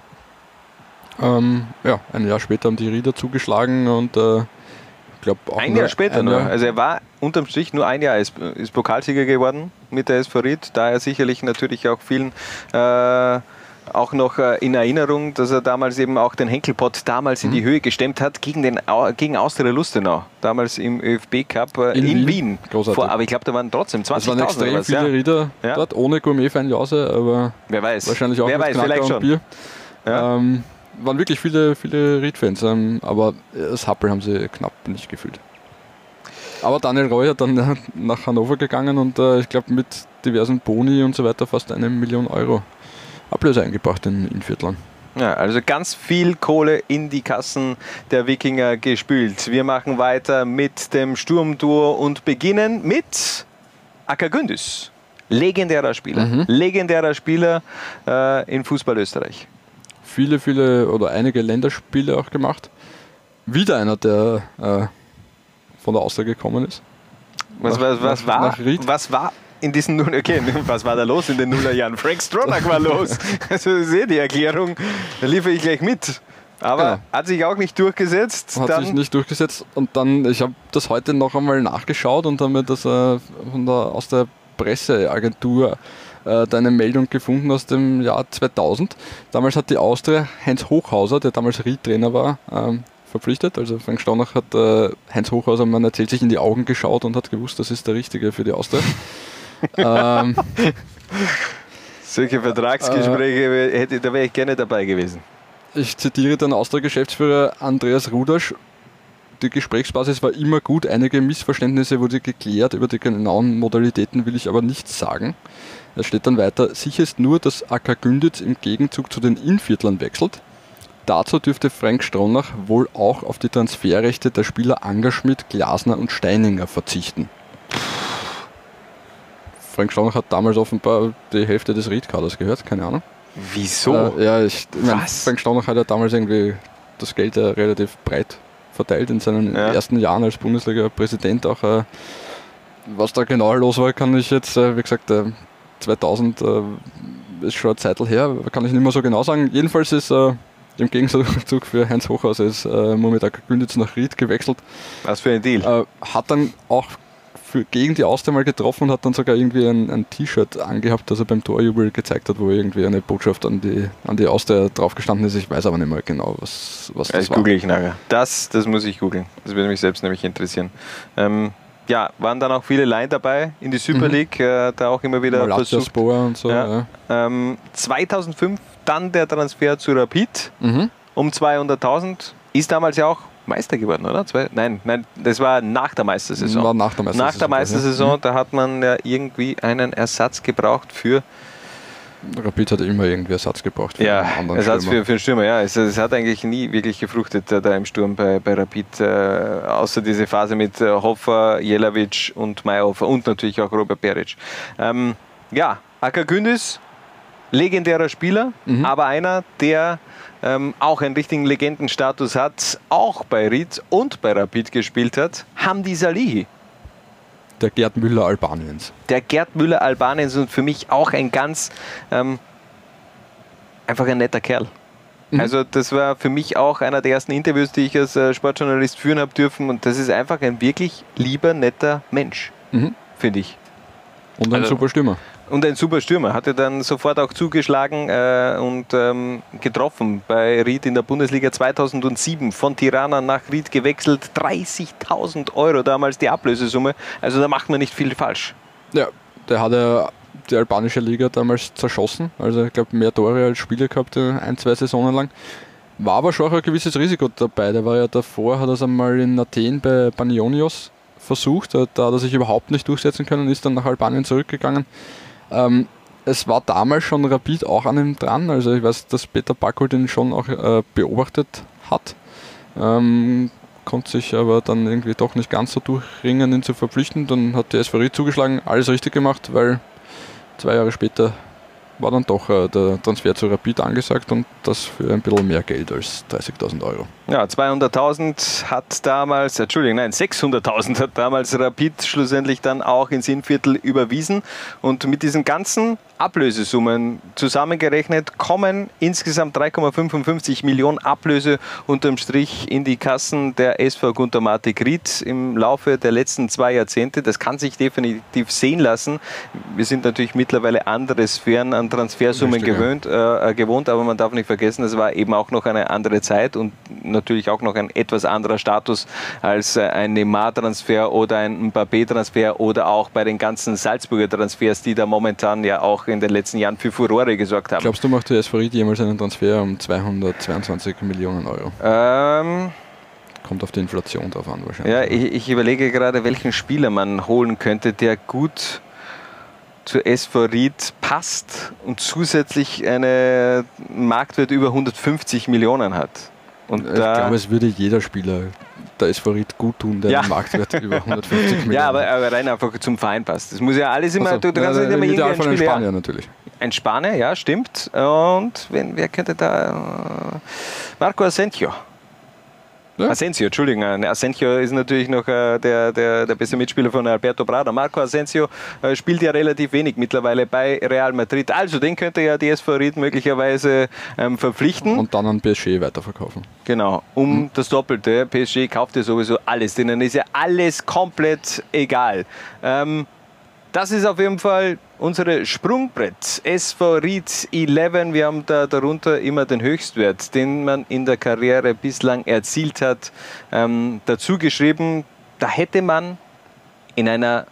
Ähm, ja, ein Jahr später haben die Rieder zugeschlagen und äh, glaub, auch ein Jahr später ein Jahr. nur. Also er war unterm Strich nur ein Jahr, ist, ist Pokalsieger geworden mit der S V Ried. Daher sicherlich natürlich auch vielen äh, auch noch äh, in Erinnerung, dass er damals eben auch den Henkelpott damals mhm. in die Höhe gestemmt hat gegen, den, gegen Austria Lustenau. Damals im ÖFB Cup äh, in, in Wien. Wien. Vor, aber ich glaube, da waren trotzdem zwanzigtausend. Es waren extrem was, viele ja. Rieder ja. dort, ohne Gourmet-Feinjause, aber wer weiß. wahrscheinlich auch Wer mit weiß, Knacker vielleicht und schon. Bier. Ja. Ähm, waren wirklich viele, viele Ried-Fans, ähm, aber das Happel haben sie knapp nicht gefüllt. Aber Daniel Reuer hat dann nach Hannover gegangen und äh, ich glaube mit diversen Boni und so weiter fast eine Million Euro Ablöse eingebracht in, in Viertland. Ja, also ganz viel Kohle in die Kassen der Wikinger gespült. Wir machen weiter mit dem Sturmduo und beginnen mit Aka Gündüz. Legendärer Spieler. Mhm. Legendärer Spieler äh, in Fußball Österreich. Viele, viele oder einige Länderspiele auch gemacht. Wieder einer, der äh, von der Austria gekommen ist. Was, nach, was, was, nach, war, nach Ried. was war in diesen Null, okay, was war da los in den Nullerjahren? Frank Stronach war los. Also ich sehe die Erklärung, da liefere ich gleich mit. Aber ja. hat sich auch nicht durchgesetzt. Hat dann sich nicht durchgesetzt und dann, ich habe das heute noch einmal nachgeschaut und habe mir das äh, von der, aus der Presseagentur äh, da eine Meldung gefunden aus dem Jahr zweitausend. Damals hat die Austria Heinz Hochhauser, der damals Ried-Trainer war, ähm, verpflichtet. Also Frank Stronach hat äh, Heinz Hochhauser, man erzählt, sich in die Augen geschaut und hat gewusst, das ist der Richtige für die Austria. ähm, Solche Vertragsgespräche, äh, hätte, da wäre ich gerne dabei gewesen. Ich zitiere den Austria-Geschäftsführer Andreas Rudasch. Die Gesprächsbasis war immer gut, einige Missverständnisse wurde geklärt, über die genauen Modalitäten will ich aber nichts sagen. Es steht dann weiter, sicher ist nur, dass Aka Gündüz im Gegenzug zu den Innviertlern wechselt. Dazu dürfte Frank Stronach wohl auch auf die Transferrechte der Spieler Angerschmidt, Glasner und Steininger verzichten. Frank Stronach hat damals offenbar die Hälfte des Ried-Kaders gehört, keine Ahnung. Wieso? Äh, ja, ich, ich mein, Frank Stronach hat ja damals irgendwie das Geld ja relativ breit verteilt in seinen ja. ersten Jahren als Bundesliga-Präsident. Auch äh, was da genau los war, kann ich jetzt, äh, wie gesagt, äh, zweitausend äh, ist schon eine Zeit her, kann ich nicht mehr so genau sagen. Jedenfalls ist äh, im Gegenzug für Heinz Hochhauser ist äh, Mohamed Aka Gündüz nach Ried gewechselt. Was für ein Deal. Äh, hat dann auch für, gegen die Austria mal getroffen und hat dann sogar irgendwie ein, ein T-Shirt angehabt, das er beim Torjubel gezeigt hat, wo irgendwie eine Botschaft an die, an die Austria drauf gestanden ist. Ich weiß aber nicht mehr genau, was, was das das war. Google ich nachher. Das, das muss ich googeln. Das würde mich selbst nämlich interessieren. Ähm, ja, waren dann auch viele Laien dabei in die Super League, mhm. äh, da auch immer wieder versucht. Und so, ja. Ja. Ähm, zweitausendfünf dann der Transfer zu Rapid mhm. um zweihunderttausend. Ist damals ja auch Meister geworden, oder? Zwei, nein, nein, das war nach der Meistersaison. War nach der Meistersaison. Nach der Meistersaison, da hat man ja irgendwie einen Ersatz gebraucht für. Rapid hat immer irgendwie Ersatz gebraucht für ja, einen anderen Ersatz Stürmer. für, für einen Stürmer, ja. Es, es hat eigentlich nie wirklich gefruchtet äh, da im Sturm bei, bei Rapid, äh, außer diese Phase mit äh, Hoffa, Jelavic und Mayhofer und natürlich auch Robert Peric. Ähm, ja, Aka Gündüz, legendärer Spieler, mhm. aber einer, der ähm, auch einen richtigen Legendenstatus hat, auch bei Ried und bei Rapid gespielt hat, Hamdi Salihi. Der Gerd Müller Albaniens. Der Gerd Müller Albaniens und für mich auch ein ganz, ähm, einfach ein netter Kerl. Mhm. Also das war für mich auch einer der ersten Interviews, die ich als äh, Sportjournalist führen habe dürfen und das ist einfach ein wirklich lieber, netter Mensch, mhm. finde ich. Und ein also, super Stürmer. Und ein super Stürmer. Hatte dann sofort auch zugeschlagen äh, und ähm, getroffen bei Ried in der Bundesliga zweitausendsieben. Von Tirana nach Ried gewechselt. dreißigtausend Euro damals die Ablösesumme. Also da macht man nicht viel falsch. Ja, der hat ja die albanische Liga damals zerschossen. Also ich glaube mehr Tore als Spieler gehabt, ein, zwei Saisonen lang. War aber schon auch ein gewisses Risiko dabei. Der war ja davor, hat er es einmal in Athen bei Panionios versucht. Da hat er sich überhaupt nicht durchsetzen können und ist dann nach Albanien zurückgegangen. Ähm, es war damals schon Rapid auch an ihm dran, also ich weiß, dass Peter Backholt den schon auch äh, beobachtet hat, ähm, konnte sich aber dann irgendwie doch nicht ganz so durchringen, ihn zu verpflichten. Dann hat der S V Ried zugeschlagen, alles richtig gemacht, weil zwei Jahre später war dann doch äh, der Transfer zu Rapid angesagt und das für ein bisschen mehr Geld als dreißigtausend Euro. Ja, zweihunderttausend hat damals, Entschuldigung, nein, sechshunderttausend hat damals Rapid schlussendlich dann auch ins Innviertel überwiesen und mit diesen ganzen Ablösesummen zusammengerechnet kommen insgesamt drei Komma fünfundfünfzig Millionen Ablöse unterm Strich in die Kassen der S V Gunter Matic Ried im Laufe der letzten zwei Jahrzehnte. Das kann sich definitiv sehen lassen. Wir sind natürlich mittlerweile andere Sphären an Transfersummen Richtig, gewöhnt, ja. äh, gewohnt, aber man darf nicht vergessen, es war eben auch noch eine andere Zeit und natürlich auch noch ein etwas anderer Status als äh, ein Neymar-Transfer oder ein Mbappé-Transfer oder auch bei den ganzen Salzburger Transfers, die da momentan ja auch in den letzten Jahren für Furore gesorgt haben. Glaubst du, macht der S V Ried jemals einen Transfer um zweihundertzweiundzwanzig Millionen Euro? Ähm, Kommt auf die Inflation drauf an wahrscheinlich. Ja, ich, ich überlege gerade, welchen Spieler man holen könnte, der gut zur S V Ried passt und zusätzlich einen Marktwert über hundertfünfzig Millionen hat. Und ich da glaube, es würde jeder Spieler der S V Ried gut tun, der ja. einen Marktwert über hundertfünfzig Millionen Ja, aber, hat. aber rein einfach zum Verein passt. Das muss ja alles immer, so. du, du ja, kannst nicht immer irgendwie ein Spieler, Spanier natürlich. Ein Spanier, ja, stimmt. Und wen, wer könnte da? Marco Asensio. Ja. Asensio, Entschuldigung, Asensio ist natürlich noch äh, der, der, der beste Mitspieler von Alberto Brada. Marco Asensio äh, spielt ja relativ wenig mittlerweile bei Real Madrid. Also den könnte ja die S V Ried möglicherweise ähm, verpflichten. Und dann an P S G weiterverkaufen. Genau, um hm. das Doppelte. P S G kauft ja sowieso alles, denen ist ja alles komplett egal. Ähm, das ist auf jeden Fall unsere Sprungbrett. S V Ried elf. Wir haben da darunter immer den Höchstwert, den man in der Karriere bislang erzielt hat, ähm, dazu geschrieben. Da hätte man in einer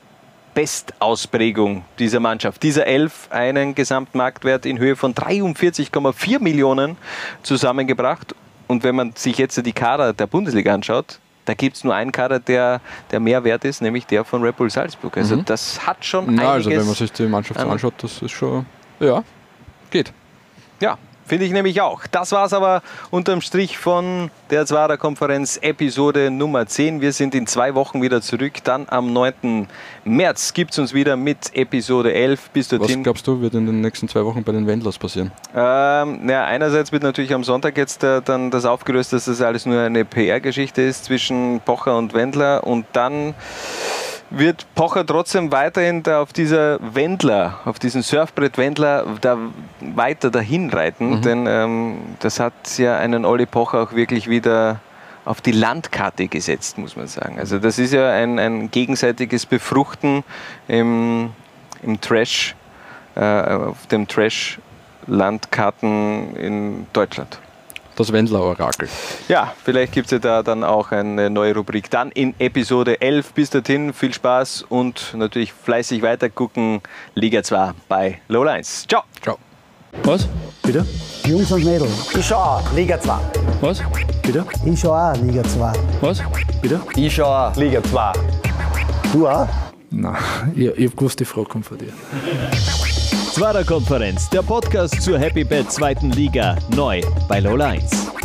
Bestausprägung dieser Mannschaft, dieser Elf, einen Gesamtmarktwert in Höhe von dreiundvierzig Komma vier Millionen zusammengebracht. Und wenn man sich jetzt die Kader der Bundesliga anschaut, da gibt es nur einen Kader, der, der mehr wert ist, nämlich der von Red Bull Salzburg. Also mhm. das hat schon Na, einiges... Also wenn man sich die Mannschaft so anschaut, das ist schon... Ja, geht. Ja, finde ich nämlich auch. Das war es aber unterm Strich von der Zwarer-Konferenz Episode Nummer zehn. Wir sind in zwei Wochen wieder zurück. Dann am neunten März gibt es uns wieder mit Episode elf. Bis dorthin. Was glaubst du, wird in den nächsten zwei Wochen bei den Wendlers passieren? Ähm, ja, einerseits wird natürlich am Sonntag jetzt äh, dann das aufgelöst, dass das alles nur eine P R-Geschichte ist zwischen Pocher und Wendler. Und dann wird Pocher trotzdem weiterhin da auf dieser Wendler, auf diesen Surfbrett-Wendler da weiter dahin reiten, mhm. denn ähm, das hat ja einen Olli Pocher auch wirklich wieder auf die Landkarte gesetzt, muss man sagen. Also das ist ja ein, ein gegenseitiges Befruchten im, im Trash, äh, auf dem Trash-Landkarten in Deutschland. Das Wendler-Orakel. Ja, vielleicht gibt es ja da dann auch eine neue Rubrik. Dann in Episode elf. Bis dorthin viel Spaß und natürlich fleißig weitergucken. Liga zwei bei Low Lines. Ciao. Ciao. Was? Bitte? Jungs und Mädels. Ich schau auch, Liga zwei. Was? Bitte? Ich schau auch Liga zwei. Was? Bitte? Ich schau auch Liga zwei. Du auch? Nein, ich, ich hab gewusst, die Frage kommt von dir. Zweiter Konferenz, der Podcast zur Happy Bet zweiten Liga, neu bei Lola eins.